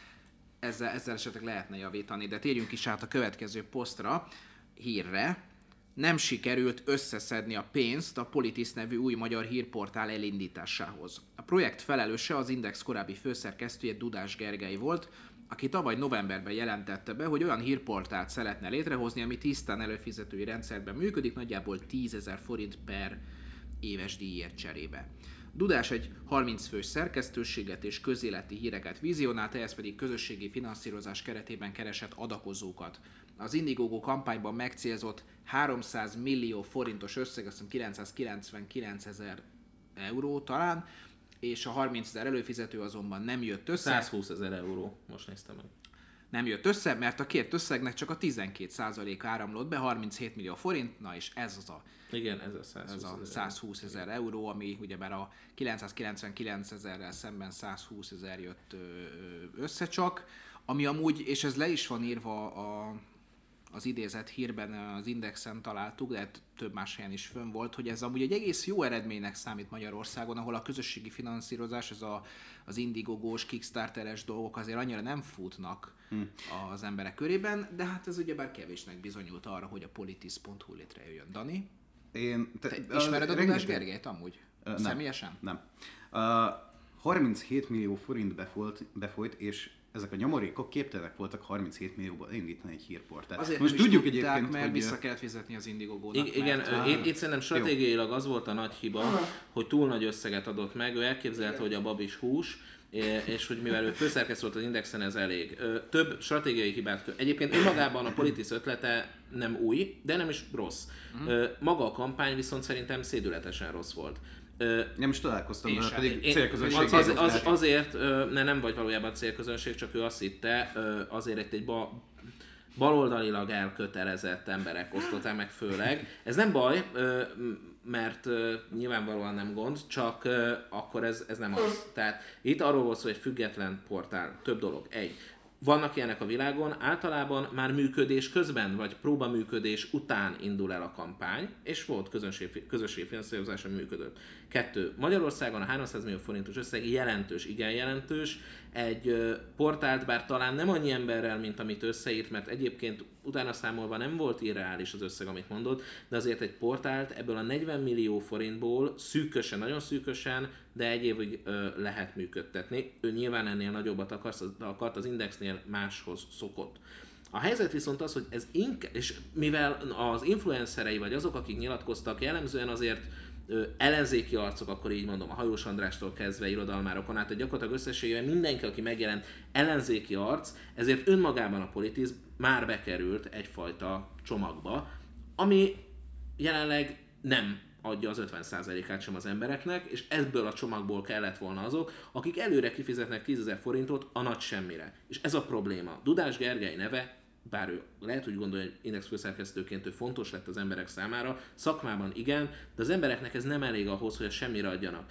Ezzel, ezzel esetleg lehetne javítani, de térjünk is át a következő posztra, hírre. Nem sikerült összeszedni a pénzt a Politis nevű új magyar hírportál elindításához. A projekt felelőse az Index korábbi főszerkesztője Dudás Gergely volt, aki tavaly novemberben jelentette be, hogy olyan hírportált szeretne létrehozni, ami tisztán előfizetői rendszerben működik, nagyjából tízezer forint per éves díjért cserébe. Dudás egy harminc fős szerkesztőséget és közéleti híreket vizionált, ehhez pedig közösségi finanszírozás keretében keresett adakozókat. Az Indiegogo kampányban megcélzott háromszáz millió forintos összeg, azt hiszem kilencszázkilencvenkilencezer euró talán, és a harmincezer előfizető azonban nem jött össze. százhúszezer euró, most néztem meg. Nem jött össze, mert a kért összegnek csak a tizenkét százalék áramlott be, harminchét millió forint, na és ez az a, igen, ez a százhúszezer euró, ami ugyebár a kilencszázkilencvenkilencezerrel szemben százhúszezer jött össze csak, ami amúgy, és ez le is van írva a az idézett hírben az Indexen találtuk, de több más helyen is fönn volt, hogy ez amúgy egy egész jó eredménynek számít Magyarországon, ahol a közösségi finanszírozás, ez a, az Indiegogo-s, Kickstarteres dolgok azért annyira nem futnak hmm. az emberek körében, de hát ez ugyebár kevésnek bizonyult arra, hogy a politis pont hu létrejöjjön. Dani? Én, te, te ismered a Dudás Gergelyt amúgy? Uh, Személyesen? Nem. nem. Uh, harminchét millió forint befolyt, befolyt, és ezek a nyomorékok képtelenek voltak harminchét millióból indítani egy hírportált. Azért most tudjuk tudták, egyébként, mert hogy vissza kellett fizetni az Indiegogo-nak. Igen, mert... én, én szerintem stratégiailag az volt a nagy hiba, hogy túl nagy összeget adott meg, ő elképzelte, hogy a bab is hús, és hogy mivel ő főszerkesztő volt az Indexen, ez elég. Több stratégiai hibát. Egyébként önmagában a Politis ötlete nem új, de nem is rossz. Uh-huh. Maga a kampány viszont szerintem szédületesen rossz volt. Nem is találkoztam, de pedig én, célközönség. Az, az, az, azért, ne, nem vagy valójában célközönség, csak ő azt hitte, azért egy, egy ba, baloldalilag elkötelezett emberek osztották meg főleg. Ez nem baj, mert nyilvánvalóan nem gond, csak akkor ez, ez nem az. Tehát itt arról volt szó, hogy egy független portál. Több dolog. Egy. Vannak ilyenek a világon, általában már működés közben, vagy próbaműködés után indul el a kampány, és volt közönség, közösségfinanszírozás, ami működött. Kettő. Magyarországon a háromszáz millió forintos összeg jelentős, igen jelentős. Egy portált, bár talán nem annyi emberrel, mint amit összeírt, mert egyébként utána számolva nem volt irreális az összeg, amit mondott, de azért egy portált ebből a negyven millió forintból szűkösen, nagyon szűkösen, de egy évig ö, lehet működtetni. Ő nyilván ennél nagyobbat akart, akart, az Indexnél máshoz szokott. A helyzet viszont az, hogy ez inkább, és mivel az influencerei, vagy azok, akik nyilatkoztak, jellemzően azért ö, ellenzéki arcok, akkor így mondom, a Hajós Andrástól kezdve irodalmárokon át, hogy gyakorlatilag összességében mindenki, aki megjelent, ellenzéki arc, ezért önmagában a politizm már bekerült egyfajta csomagba, ami jelenleg nem adja az ötven százalékát sem az embereknek, és ebből a csomagból kellett volna azok, akik előre kifizetnek tízezer forintot a nagy semmire. És ez a probléma. Dudás Gergely neve, bár ő lehet, hogy gondolja, hogy Index főszerkesztőként ő fontos lett az emberek számára, szakmában igen, de az embereknek ez nem elég ahhoz, hogy a semmire adjanak.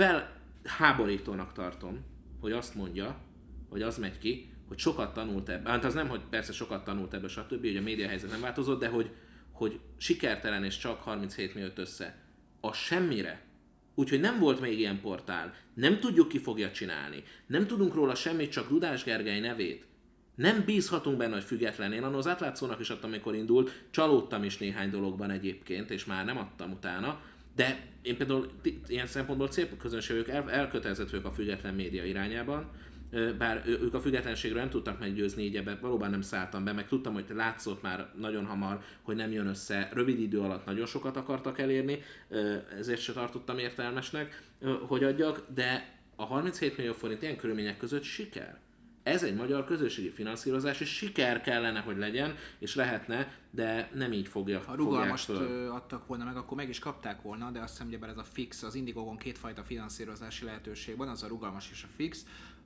Felháborítónak tartom, hogy azt mondja, hogy az megy ki, hogy sokat tanult ebben. Hát az nem, hogy persze sokat tanult ebben, stb., hogy a médiahelyzet nem változott, de hogy hogy sikertelen és csak harminchét millió össze. A semmire. Úgyhogy nem volt még ilyen portál. Nem tudjuk, ki fogja csinálni. Nem tudunk róla semmit, csak Dudás Gergely nevét. Nem bízhatunk benne, hogy független. Én annól az átlátszónak is adtam, amikor indult. Csalódtam is néhány dologban egyébként, és már nem adtam utána. De én például ilyen szempontból célközönségük el, elkötelezett vagyok a független média irányában. Bár ők a függetlenségről nem tudtak meggyőzni, így ebben valóban nem szálltam be, meg tudtam, hogy látszott már nagyon hamar, hogy nem jön össze, rövid idő alatt nagyon sokat akartak elérni, ezért se tartottam értelmesnek, hogy adjak, de a harminchét millió forint ilyen körülmények között siker. Ez egy magyar közösségi finanszírozás, és siker kellene, hogy legyen, és lehetne, de nem így fogja. Ha rugalmast adtak volna meg, akkor meg is kapták volna, de azt hiszem, hogy ez a fix, az Indiegogon kétfajta finanszírozási lehetőség van, az a rugalmas és a fix.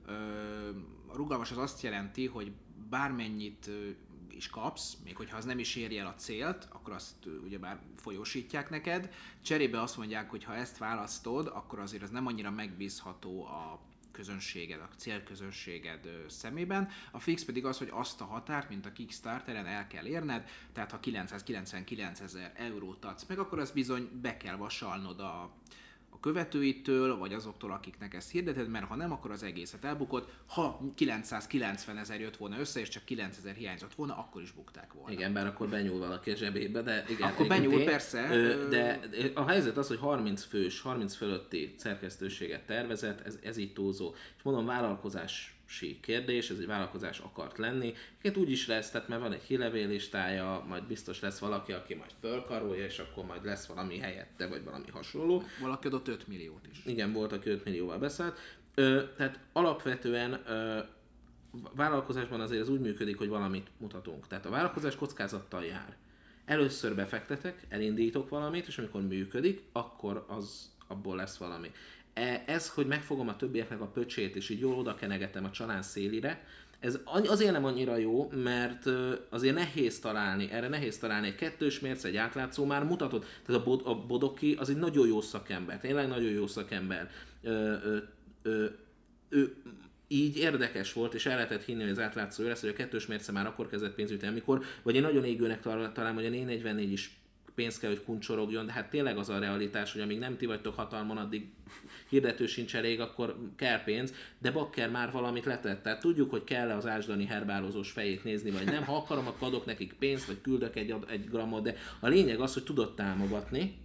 A rugalmas az azt jelenti, hogy bármennyit is kapsz, még hogyha az nem is éri el a célt, akkor azt ugyebár folyósítják neked. Cserébe azt mondják, hogy ha ezt választod, akkor azért ez nem annyira megbízható a közönséged, a célközönséged szemében. A fix pedig az, hogy azt a határt, mint a Kickstarteren el kell érned, tehát ha kilencszázkilencvenkilencezer eurót adsz meg, akkor az bizony be kell vasalnod a a követőitől, vagy azoktól, akiknek ezt hirdeted, mert ha nem, akkor az egészet elbukott. Ha kilencszázkilencven ezer jött volna össze, és csak kilencezer hiányzott volna, akkor is bukták volna. Igen, bár akkor benyúl valaki a zsebébe, de igen. Akkor igen, benyúl, én, persze. De a helyzet az, hogy harminc fős, harminc fölötti szerkesztőséget tervezett, ez, ez így túlzó. És mondom, vállalkozási kérdés, ez egy vállalkozás akart lenni. Egyébként úgy is lesz, tehát mert van egy hírlevél listája, majd biztos lesz valaki, aki majd fölkarolja, és akkor majd lesz valami helyette, vagy valami hasonló. Valaki adott öt milliót is. Igen, volt, aki öt millióval beszállt. Ö, tehát alapvetően ö, vállalkozásban azért ez úgy működik, hogy valamit mutatunk. Tehát a vállalkozás kockázattal jár. Először befektetek, elindítok valamit, és amikor működik, akkor az abból lesz valami. Ez, hogy megfogom a többieknek a pöcsét, és így jól oda kenegetem a csalán szélire, ez azért nem annyira jó, mert azért nehéz találni, erre nehéz találni egy kettős mérce, egy átlátszó már mutatott. Tehát a, Bod- a Bodoki az egy nagyon jó szakember, tényleg nagyon jó szakember. Ö, ö, ö, ő így érdekes volt, és el lehetett hinni, hogy az átlátszó lesz, hogy a kettős mérce már akkor kezdett pénzütni, amikor, vagy én nagyon égőnek találom, hogy a négy negyvennégy is pénz kell, hogy kuncsorogjon, de hát tényleg az a realitás, hogy amíg nem ti vagytok hatalmon, addig hirdető sincs elég, akkor kell pénz, de Bakker már valamit letett. Tehát tudjuk, hogy kell az ásdani herbálozós fejét nézni, vagy nem. Ha akarom, akkor adok nekik pénzt, vagy küldök egy, egy grammot, de a lényeg az, hogy tudott támogatni.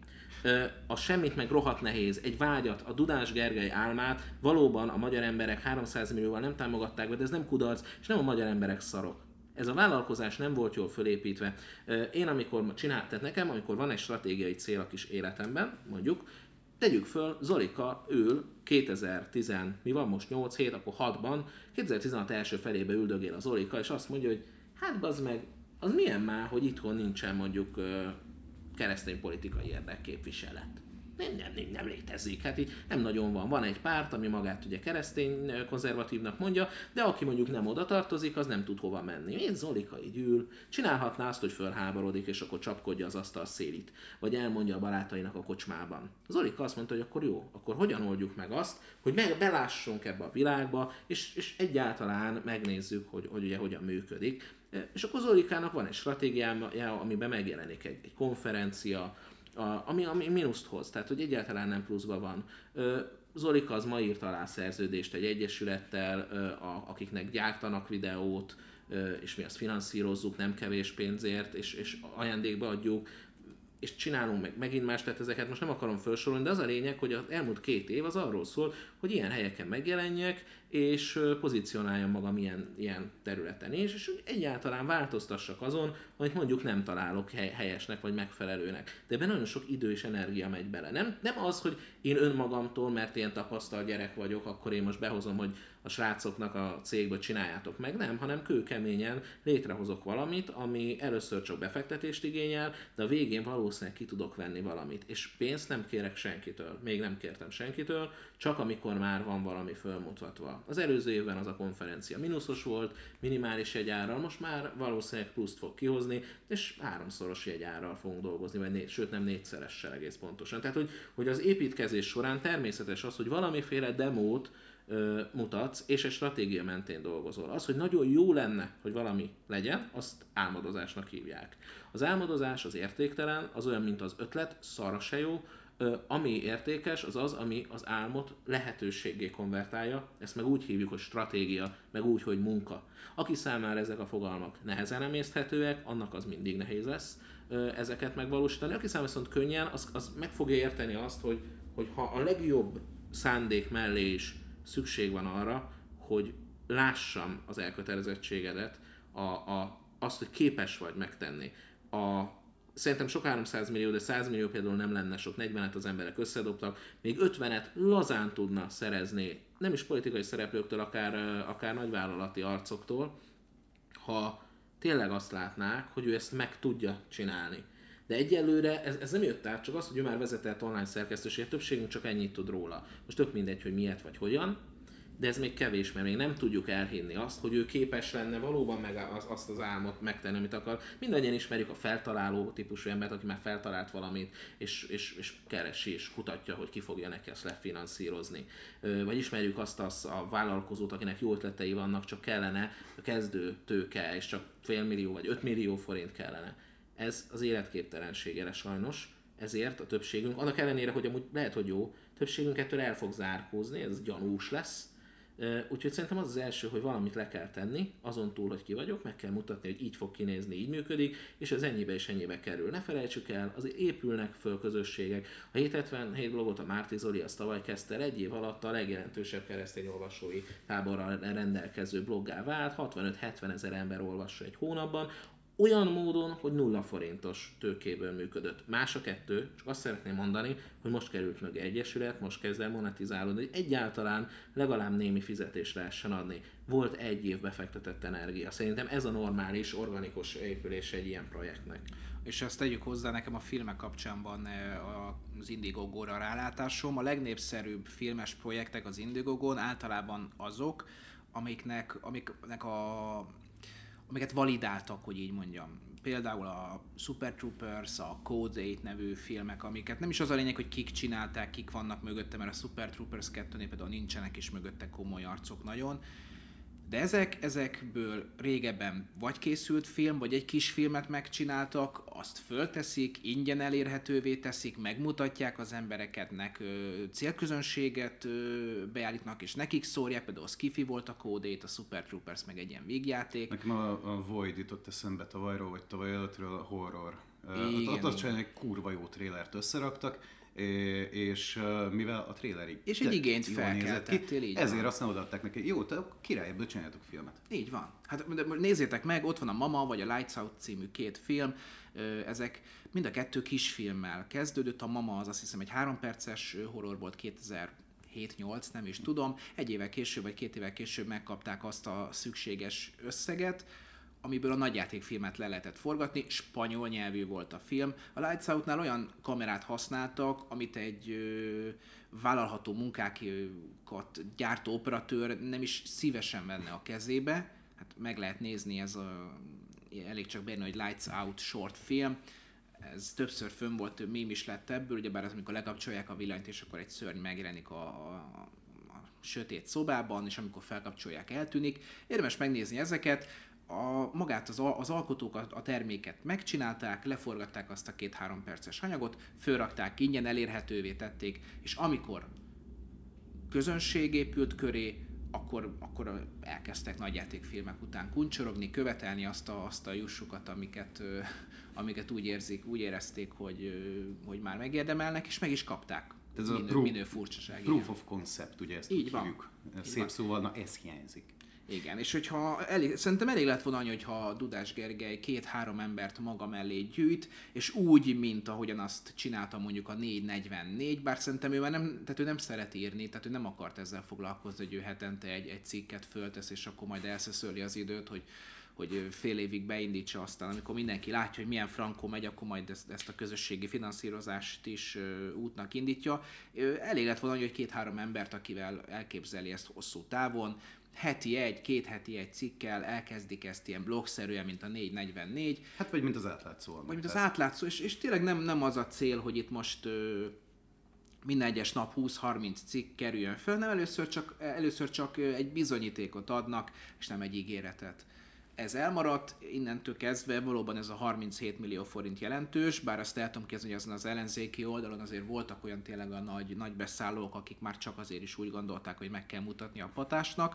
A semmit meg rohadt nehéz. Egy vágyat, a Dudás Gergely álmát valóban a magyar emberek háromszáz millióval nem támogatták be, de ez nem kudarc, és nem a magyar emberek szarok. Ez a vállalkozás nem volt jól fölépítve. Én amikor csináltam, tehát nekem, amikor van egy stratégiai cél a kis életemben, mondjuk, tegyük föl, Zolika ül kétezer-tíz, mi van most nyolc hét, akkor hatban, kétezer-tizenhat első felébe üldögél a Zolika, és azt mondja, hogy hát bazd meg, az milyen már, hogy itthon nincsen mondjuk keresztény politikai érdekképviselet. nem, nem, nem létezik. Hát így nem nagyon van. Van egy párt, ami magát ugye keresztény konzervatívnak mondja, de aki mondjuk nem oda tartozik, az nem tud hova menni. Én Zolika így ül, csinálhatná azt, hogy fölháborodik, és akkor csapkodja az asztal szélét, vagy elmondja a barátainak a kocsmában. Zolika azt mondta, hogy akkor jó, akkor hogyan oldjuk meg azt, hogy meg belássunk ebbe a világba, és, és egyáltalán megnézzük, hogy, hogy ugye hogyan működik. És akkor Zolikának van egy stratégiája, amiben megjelenik egy, egy konferencia, a, ami, ami mínuszt hoz, tehát hogy egyáltalán nem pluszban van. Zolika az ma írt alá szerződést egy egyesülettel, a, akiknek gyártanak videót, és mi azt finanszírozzuk nem kevés pénzért, és, és ajándékba adjuk, és csinálunk meg megint más, tehát ezeket most nem akarom felsorolni, de az a lényeg, hogy az elmúlt két év az arról szól, hogy ilyen helyeken megjelenjek, és pozícionáljam magam ilyen, ilyen területen is, és egyáltalán változtassak azon, amit mondjuk nem találok helyesnek vagy megfelelőnek. De ebben nagyon sok idő és energia megy bele. Nem, nem az, hogy én önmagamtól, mert ilyen tapasztalt gyerek vagyok, akkor én most behozom, hogy a srácoknak a cégből csináljátok meg, nem, hanem kőkeményen létrehozok valamit, ami először csak befektetést igényel, de a végén valószínűleg ki tudok venni valamit. És pénzt nem kérek senkitől, még nem kértem senkitől, csak amikor már van valami fölmutatva. Az előző évben az a konferencia mínuszos volt, minimális jegyárral, most már valószínűleg pluszt fog kihozni, és háromszoros jegyárral fogunk dolgozni, vagy négy, sőt nem négyszeressel egész pontosan. Tehát, hogy, hogy az építkezés során természetes az, hogy valamiféle demót ö, mutatsz, és egy stratégia mentén dolgozol. Az, hogy nagyon jó lenne, hogy valami legyen, azt álmodozásnak hívják. Az álmodozás az értéktelen, az olyan, mint az ötlet, szarra se jó, ami értékes, az az, ami az álmot lehetőséggé konvertálja, ezt meg úgy hívjuk, hogy stratégia, meg úgy, hogy munka. Aki számára ezek a fogalmak nehezen emészthetőek, annak az mindig nehéz lesz ezeket megvalósítani. Aki számára viszont könnyen, az, az meg fogja érteni azt, hogy, hogy ha a legjobb szándék mellé is szükség van arra, hogy lássam az elkötelezettségedet, a, a, azt, hogy képes vagy megtenni. A, Szerintem sok háromszáz millió, de száz millió például nem lenne sok, negyvenet az emberek összedobtak, még ötvenet lazán tudna szerezni, nem is politikai szereplőktől, akár, akár nagyvállalati arcoktól, ha tényleg azt látnák, hogy ő ezt meg tudja csinálni. De egyelőre ez, ez nem jött át, csak az, hogy ő már vezetett online szerkesztőséget, többségünk csak ennyit tud róla. Most tök mindegy, hogy miért vagy hogyan, de ez még kevés, mert még nem tudjuk elhinni azt, hogy ő képes lenne valóban meg az, azt az álmot megtenni, amit akar. Mindannyian ismerjük a feltaláló típusú embert, aki már feltalált valamit, és, és, és keresi, és kutatja, hogy ki fogja neki ezt lefinanszírozni. Vagy ismerjük azt az, a vállalkozót, akinek jó ötletei vannak, csak kellene a kezdő tőke, és csak fél millió vagy öt millió forint kellene. Ez az életképtelenségére sajnos, ezért a többségünk, annak ellenére, hogy amúgy lehet, hogy jó, többségünk ettől el fog zárkózni, ez gyanús lesz. Úgyhogy szerintem az az első, hogy valamit le kell tenni, azon túl, hogy ki vagyok, meg kell mutatni, hogy így fog kinézni, így működik, és ez ennyibe és ennyibe kerül. Ne felejtsük el, azért épülnek föl közösségek. A hétszázhetvenhét blogot a Márti Zoli azt tavaly kezdte el, egy év alatt a legjelentősebb keresztény olvasói táborral rendelkező bloggá vált, hatvanöt-hetven ezer ember olvassa egy hónapban, olyan módon, hogy nulla forintos tőkéből működött. Más a kettő, csak azt szeretném mondani, hogy most került mögé egyesület, most kezd el monetizálódni, hogy egyáltalán legalább némi fizetést lehessen adni. Volt egy év befektetett energia. Szerintem ez a normális, organikus épülés egy ilyen projektnek. És ezt tegyük hozzá, nekem a filmek kapcsán van az Indiegogo-ra rálátásom. A legnépszerűbb filmes projektek az Indiegogon általában azok, amiknek, amiknek a amiket validáltak, hogy így mondjam. Például a Super Troopers, a Code eight nevű filmek, amiket nem is az a lényeg, hogy kik csinálták, kik vannak mögötte, mert a Super Troopers kettőnél például nincsenek is mögötte komoly arcok nagyon. De ezek, ezekből régebben vagy készült film, vagy egy kis filmet megcsináltak, azt fölteszik, ingyen elérhetővé teszik, megmutatják az embereketnek, célközönséget beállítnak, és nekik szórják, például a Skiffy volt a Code eight, a Super Troopers meg egy ilyen végjáték. Nekem a, a Void jutott eszembe tavalyról, vagy tavaly előttről a horror. Igen, ott azt csinálják, egy kurva jó trélert összeraktak, és mivel a trailerig és egy igényt felkeltettél, így ezért van. Aztán odaadták neki, jó, te király, ebből csináljátok filmet. Így van. Hát nézzétek meg, ott van a Mama, vagy a Lights Out című két film, ezek mind a kettő kisfilmmel kezdődött, a Mama az azt hiszem egy három perces horror volt kétezer-hét nyolc, nem is tudom, egy évvel később, vagy két évvel később megkapták azt a szükséges összeget, amiből a nagyjátékfilmet le lehetett forgatni, spanyol nyelvű volt a film. A Lights Out-nál olyan kamerát használtak, amit egy ö, vállalható munkákat gyártó operatőr nem is szívesen venne a kezébe. Hát meg lehet nézni, ez a, elég csak beírni, hogy Lights Out short film. Ez többször fönn volt, több mém is lett ebből, ugyebár az, amikor lekapcsolják a villanyt, és akkor egy szörny megjelenik a, a, a sötét szobában, és amikor felkapcsolják, eltűnik. Érdemes megnézni ezeket. A, magát az, az alkotók a, a terméket megcsinálták, leforgatták azt a két-három perces anyagot, fölrakták, ingyen elérhetővé tették, és amikor közönség épült köré, akkor, akkor elkezdtek nagyjátékfilmek után kuncsorogni, követelni azt a, azt a jussukat, amiket, amiket úgy érzik, úgy érezték, hogy, hogy már megérdemelnek, és meg is kapták. Ez minő, a proof, minő furcsaság. Proof of concept, ugye ezt így úgy van. hívjuk. Így Szép van. szóval, na ez hiányzik. Igen, és hogyha elég, szerintem elég lett volna annyi, hogyha Dudás Gergely két-három embert maga mellé gyűjt, és úgy, mint ahogyan azt csinálta mondjuk a négy negyvennégy, bár szerintem ő már nem, tehát ő nem szeret írni, tehát ő nem akart ezzel foglalkozni, hogy ő hetente egy, egy cikket föltesz, és akkor majd elszeszöli az időt, hogy, hogy fél évig beindítsa, aztán amikor mindenki látja, hogy milyen frankó megy, akkor majd ezt, ezt a közösségi finanszírozást is uh, útnak indítja. Elég lett volna annyi, hogy két-három embert, akivel elképzeli ezt hosszú távon, heti egy, két heti egy cikkel elkezdik ezt ilyen blogszerűen, mint a négy negyvennégy. Hát vagy mint az átlátszó. Vagy mint az átlátszó, és, és tényleg nem, nem az a cél, hogy itt most ö, minden egyes nap húsz-harminc cikk kerüljön föl, nem először csak, először csak egy bizonyítékot adnak, és nem egy ígéretet. Ez elmaradt, innentől kezdve valóban ez a harminchét millió forint jelentős, bár azt el tudom kezdeni, hogy azon az ellenzéki oldalon azért voltak olyan tényleg a nagy, nagy beszállók, akik már csak azért is úgy gondolták, hogy meg kell mutatni a patásnak,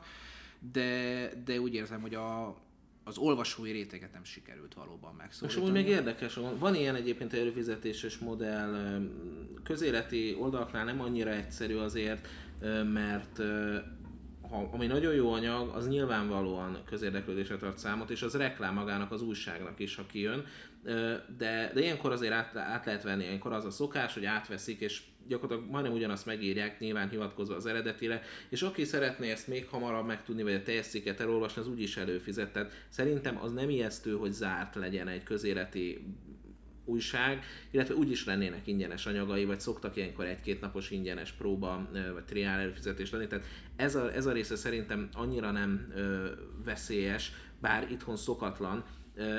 de, de úgy érzem, hogy a, az olvasói réteget nem sikerült valóban megszólítani. És úgy még érdekes, van ilyen egyébként előfizetéses modell, közéleti oldalaknál nem annyira egyszerű azért, mert ha, ami nagyon jó anyag, az nyilvánvalóan közérdeklődésre tart számot, és az reklám magának az újságnak is, ha kijön, de, de ilyenkor azért át, át lehet venni, ilyenkor az a szokás, hogy átveszik, és gyakorlatilag majdnem ugyanazt megírják, nyilván hivatkozva az eredetire, és aki szeretné ezt még hamarabb megtudni, vagy a teljes cikket elolvasni, az úgyis előfizet. Tehát szerintem az nem ijesztő, hogy zárt legyen egy közéleti újság, illetve úgyis lennének ingyenes anyagai, vagy szoktak ilyenkor egy-két napos ingyenes próba, vagy triál előfizetés lenni. Tehát ez a, ez a része szerintem annyira nem ö, veszélyes, bár itthon szokatlan. Ö,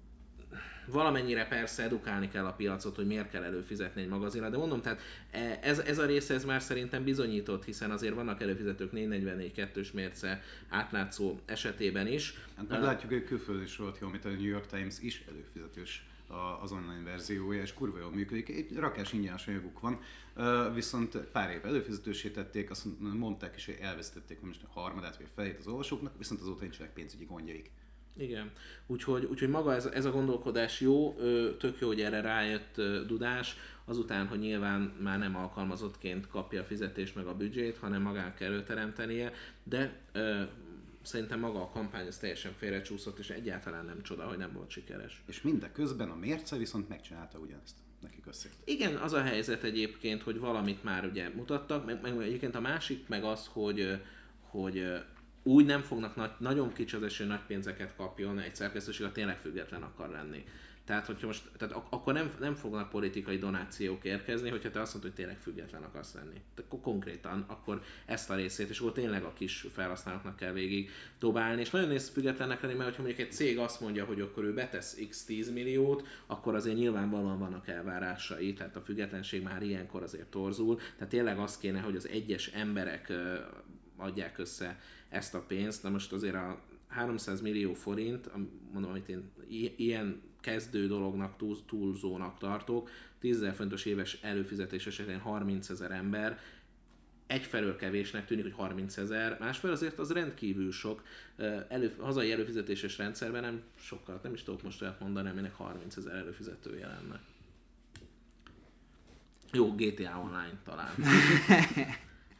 valamennyire persze edukálni kell a piacot, hogy miért kell előfizetni egy magazinra, de mondom, tehát ez, ez a része ez már szerintem bizonyított, hiszen azért vannak előfizetők négy negyvennégy kettős mérce átlátszó esetében is. Hát meg látjuk, hogy külföldön is volt jó, amit a New York Times is előfizetős az online verziója, és kurva jól működik. Egy rakás ingyenes anyaguk van, viszont pár év előfizetősítették, azt mondták is, hogy elvesztették most a harmadát vagy a felét az olvasóknak, viszont azóta nincsenek pénzügyi gondjaik. Igen, úgyhogy, úgyhogy maga ez, ez a gondolkodás jó, tök jó, hogy erre rájött Dudás, azután, hogy nyilván már nem alkalmazottként kapja a fizetést meg a büdzsét, hanem magán kell előteremtenie, de ö, szerintem maga a kampány ez teljesen félrecsúszott, és egyáltalán nem csoda, hogy nem volt sikeres. És mindeközben a mérce viszont megcsinálta ugyanezt. Neki köszönjük. Igen, az a helyzet egyébként, hogy valamit már ugye mutattak, meg, meg egyébként a másik meg az, hogy, hogy úgy nem fognak nagy, nagyon kicsi az esély, nagy pénzeket kapjon egy szerkesztőség, ha tényleg független akar lenni. Tehát, hogyha most, tehát ak- akkor nem, nem fognak politikai donációk érkezni, hogyha te azt mondod, hogy tényleg független akarsz lenni. Tehát konkrétan akkor ezt a részét, és akkor tényleg a kis felhasználóknak kell végig dobálni. És nagyon néz függetlennek lenni, mert ha mondjuk egy cég azt mondja, hogy akkor ő betesz x tíz milliót, akkor azért nyilvánvalóan vannak elvárásai, tehát a függetlenség már ilyenkor azért torzul. Tehát tényleg az kéne, hogy az egyes emberek adják össze ezt a pénzt. Na most azért a háromszáz millió forint, mondom, amit én ilyen kezdő dolognak, túl, túlzónak tartok, tízezer forintos éves előfizetés esetén harmincezer ember, egyfelől kevésnek tűnik, hogy harmincezer, másfelől azért az rendkívül sok. Elő, hazai előfizetéses rendszerben nem sokkal, nem is tudok most olyat mondani, aminek harmincezer előfizetője lenne. Jó, gé té á Online talán.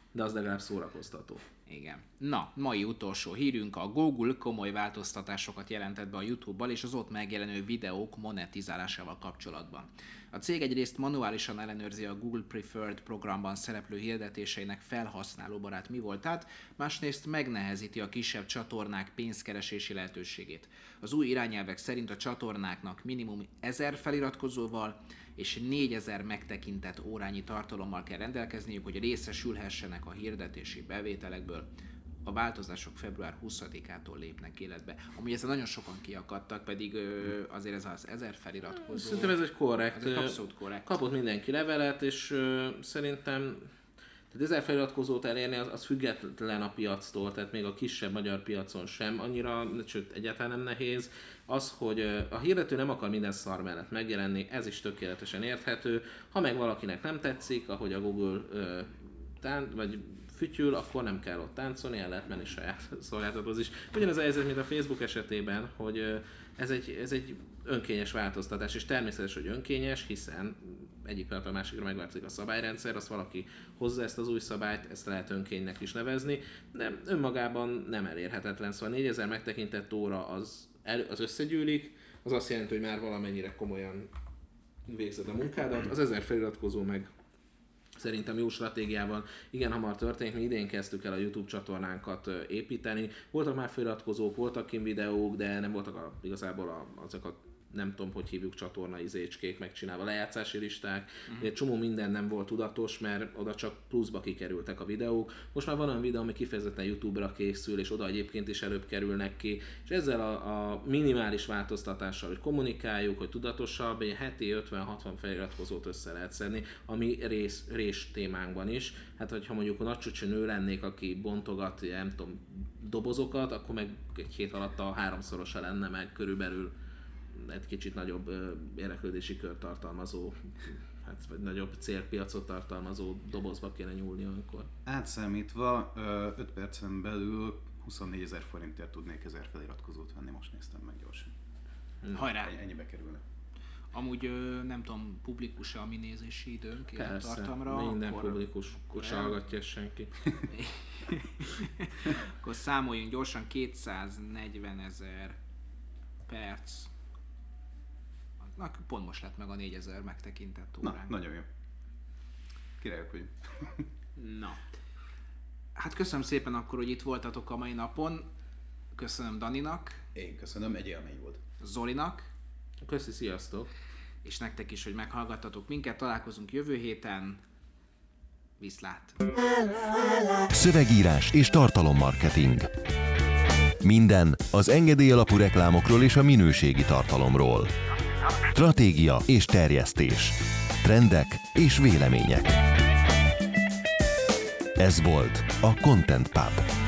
de az legalább szórakoztató. Igen. Na, mai utolsó hírünk: a Google komoly változtatásokat jelentett be a YouTube-bal és az ott megjelenő videók monetizálásával kapcsolatban. A cég egyrészt manuálisan ellenőrzi a Google Preferred programban szereplő hirdetéseinek felhasználóbarát mi voltát, másrészt megnehezíti a kisebb csatornák pénzkeresési lehetőségét. Az új irányelvek szerint a csatornáknak minimum ezer feliratkozóval és négyezer megtekintett órányi tartalommal kell rendelkezniük, hogy részesülhessenek a hirdetési bevételekből. A változások február huszadikától lépnek életbe. Amúgy ezzel nagyon sokan kiakadtak, pedig ö, azért ez az ezer feliratkozó. Szerintem ez egy korrekt. Ez egy abszolút korrekt. Kapott mindenki levelet, és ö, szerintem tehát ezer feliratkozót elérni az, az független a piactól, tehát még a kisebb magyar piacon sem annyira, sőt egyáltalán nem nehéz. Az, hogy a hirdető nem akar minden szar mellett megjelenni, ez is tökéletesen érthető. Ha meg valakinek nem tetszik, ahogy a Google ö, tán, vagy fütyül, akkor nem kell ott táncolni, el lehet menni saját szolgáltatóhoz is. Ugyanez a helyzet, mint a Facebook esetében, hogy ez egy, ez egy önkényes változtatás, és természetes, hogy önkényes, hiszen egyik pillanatra a másikra megváltozik a szabályrendszer, azt valaki hozza ezt az új szabályt, ezt lehet önkénynek is nevezni, de önmagában nem elérhetetlen, szóval négyezer megtekintett óra az, el, az összegyűlik, az azt jelenti, hogy már valamennyire komolyan végzed a munkádat, az ezer feliratkozó meg szerintem jó stratégiával igen hamar történik, mi idén kezdtük el a YouTube csatornánkat építeni. Voltak már feliratkozók, voltak kint videók, de nem voltak a, igazából a, azok a nem tudom, hogy hívjuk csatorna izécskék megcsinálva, lejátszási listák. Uh-huh. Egy csomó minden nem volt tudatos, mert oda csak pluszba kikerültek a videók. Most már van olyan videó, ami kifejezetten YouTube-ra készül, és oda egyébként is előbb kerülnek ki. És ezzel a, a minimális változtatással, hogy kommunikáljuk, hogy tudatosabb, egy heti ötven-hatvan feliratkozót össze lehet szedni, ami rész, rész témánkban is. Hát, hogyha mondjuk a nagycsúcsú nő lennék, aki bontogat, nem tudom, dobozokat, akkor meg egy hét alatt a háromszorosa lenne meg körülbelül egy kicsit nagyobb ö, érdeklődési kört tartalmazó, hát vagy nagyobb célpiacot tartalmazó dobozba kéne nyúlni olyankor. Átszámítva öt percen belül huszonnégyezer forintért tudnék ezer feliratkozót venni, most néztem meg gyorsan. Hmm. Hajrá! Ennyibe kerülne. Amúgy ö, nem tudom, publikus-e a mi nézési időnk ilyen Persze, tartalomra? minden akkor, publikus, akkor se hallgatja ezt senki. Akkor számoljunk gyorsan, kétszáznegyvenezer perc. Na, pont most lett meg a négyezer megtekintett óránk. Na, nagyon jó. Királyok vagyunk. Na. Hát köszönöm szépen akkor, hogy itt voltatok a mai napon. Köszönöm Daninak. Én köszönöm, egy élmény volt. Zolinak. Köszi, sziasztok! És nektek is, hogy meghallgattatok minket. Találkozunk jövő héten. Viszlát! Szövegírás és tartalommarketing. Minden az engedély alapú reklámokról és a minőségi tartalomról. Stratégia és terjesztés. Trendek és vélemények. Ez volt a Content Pub.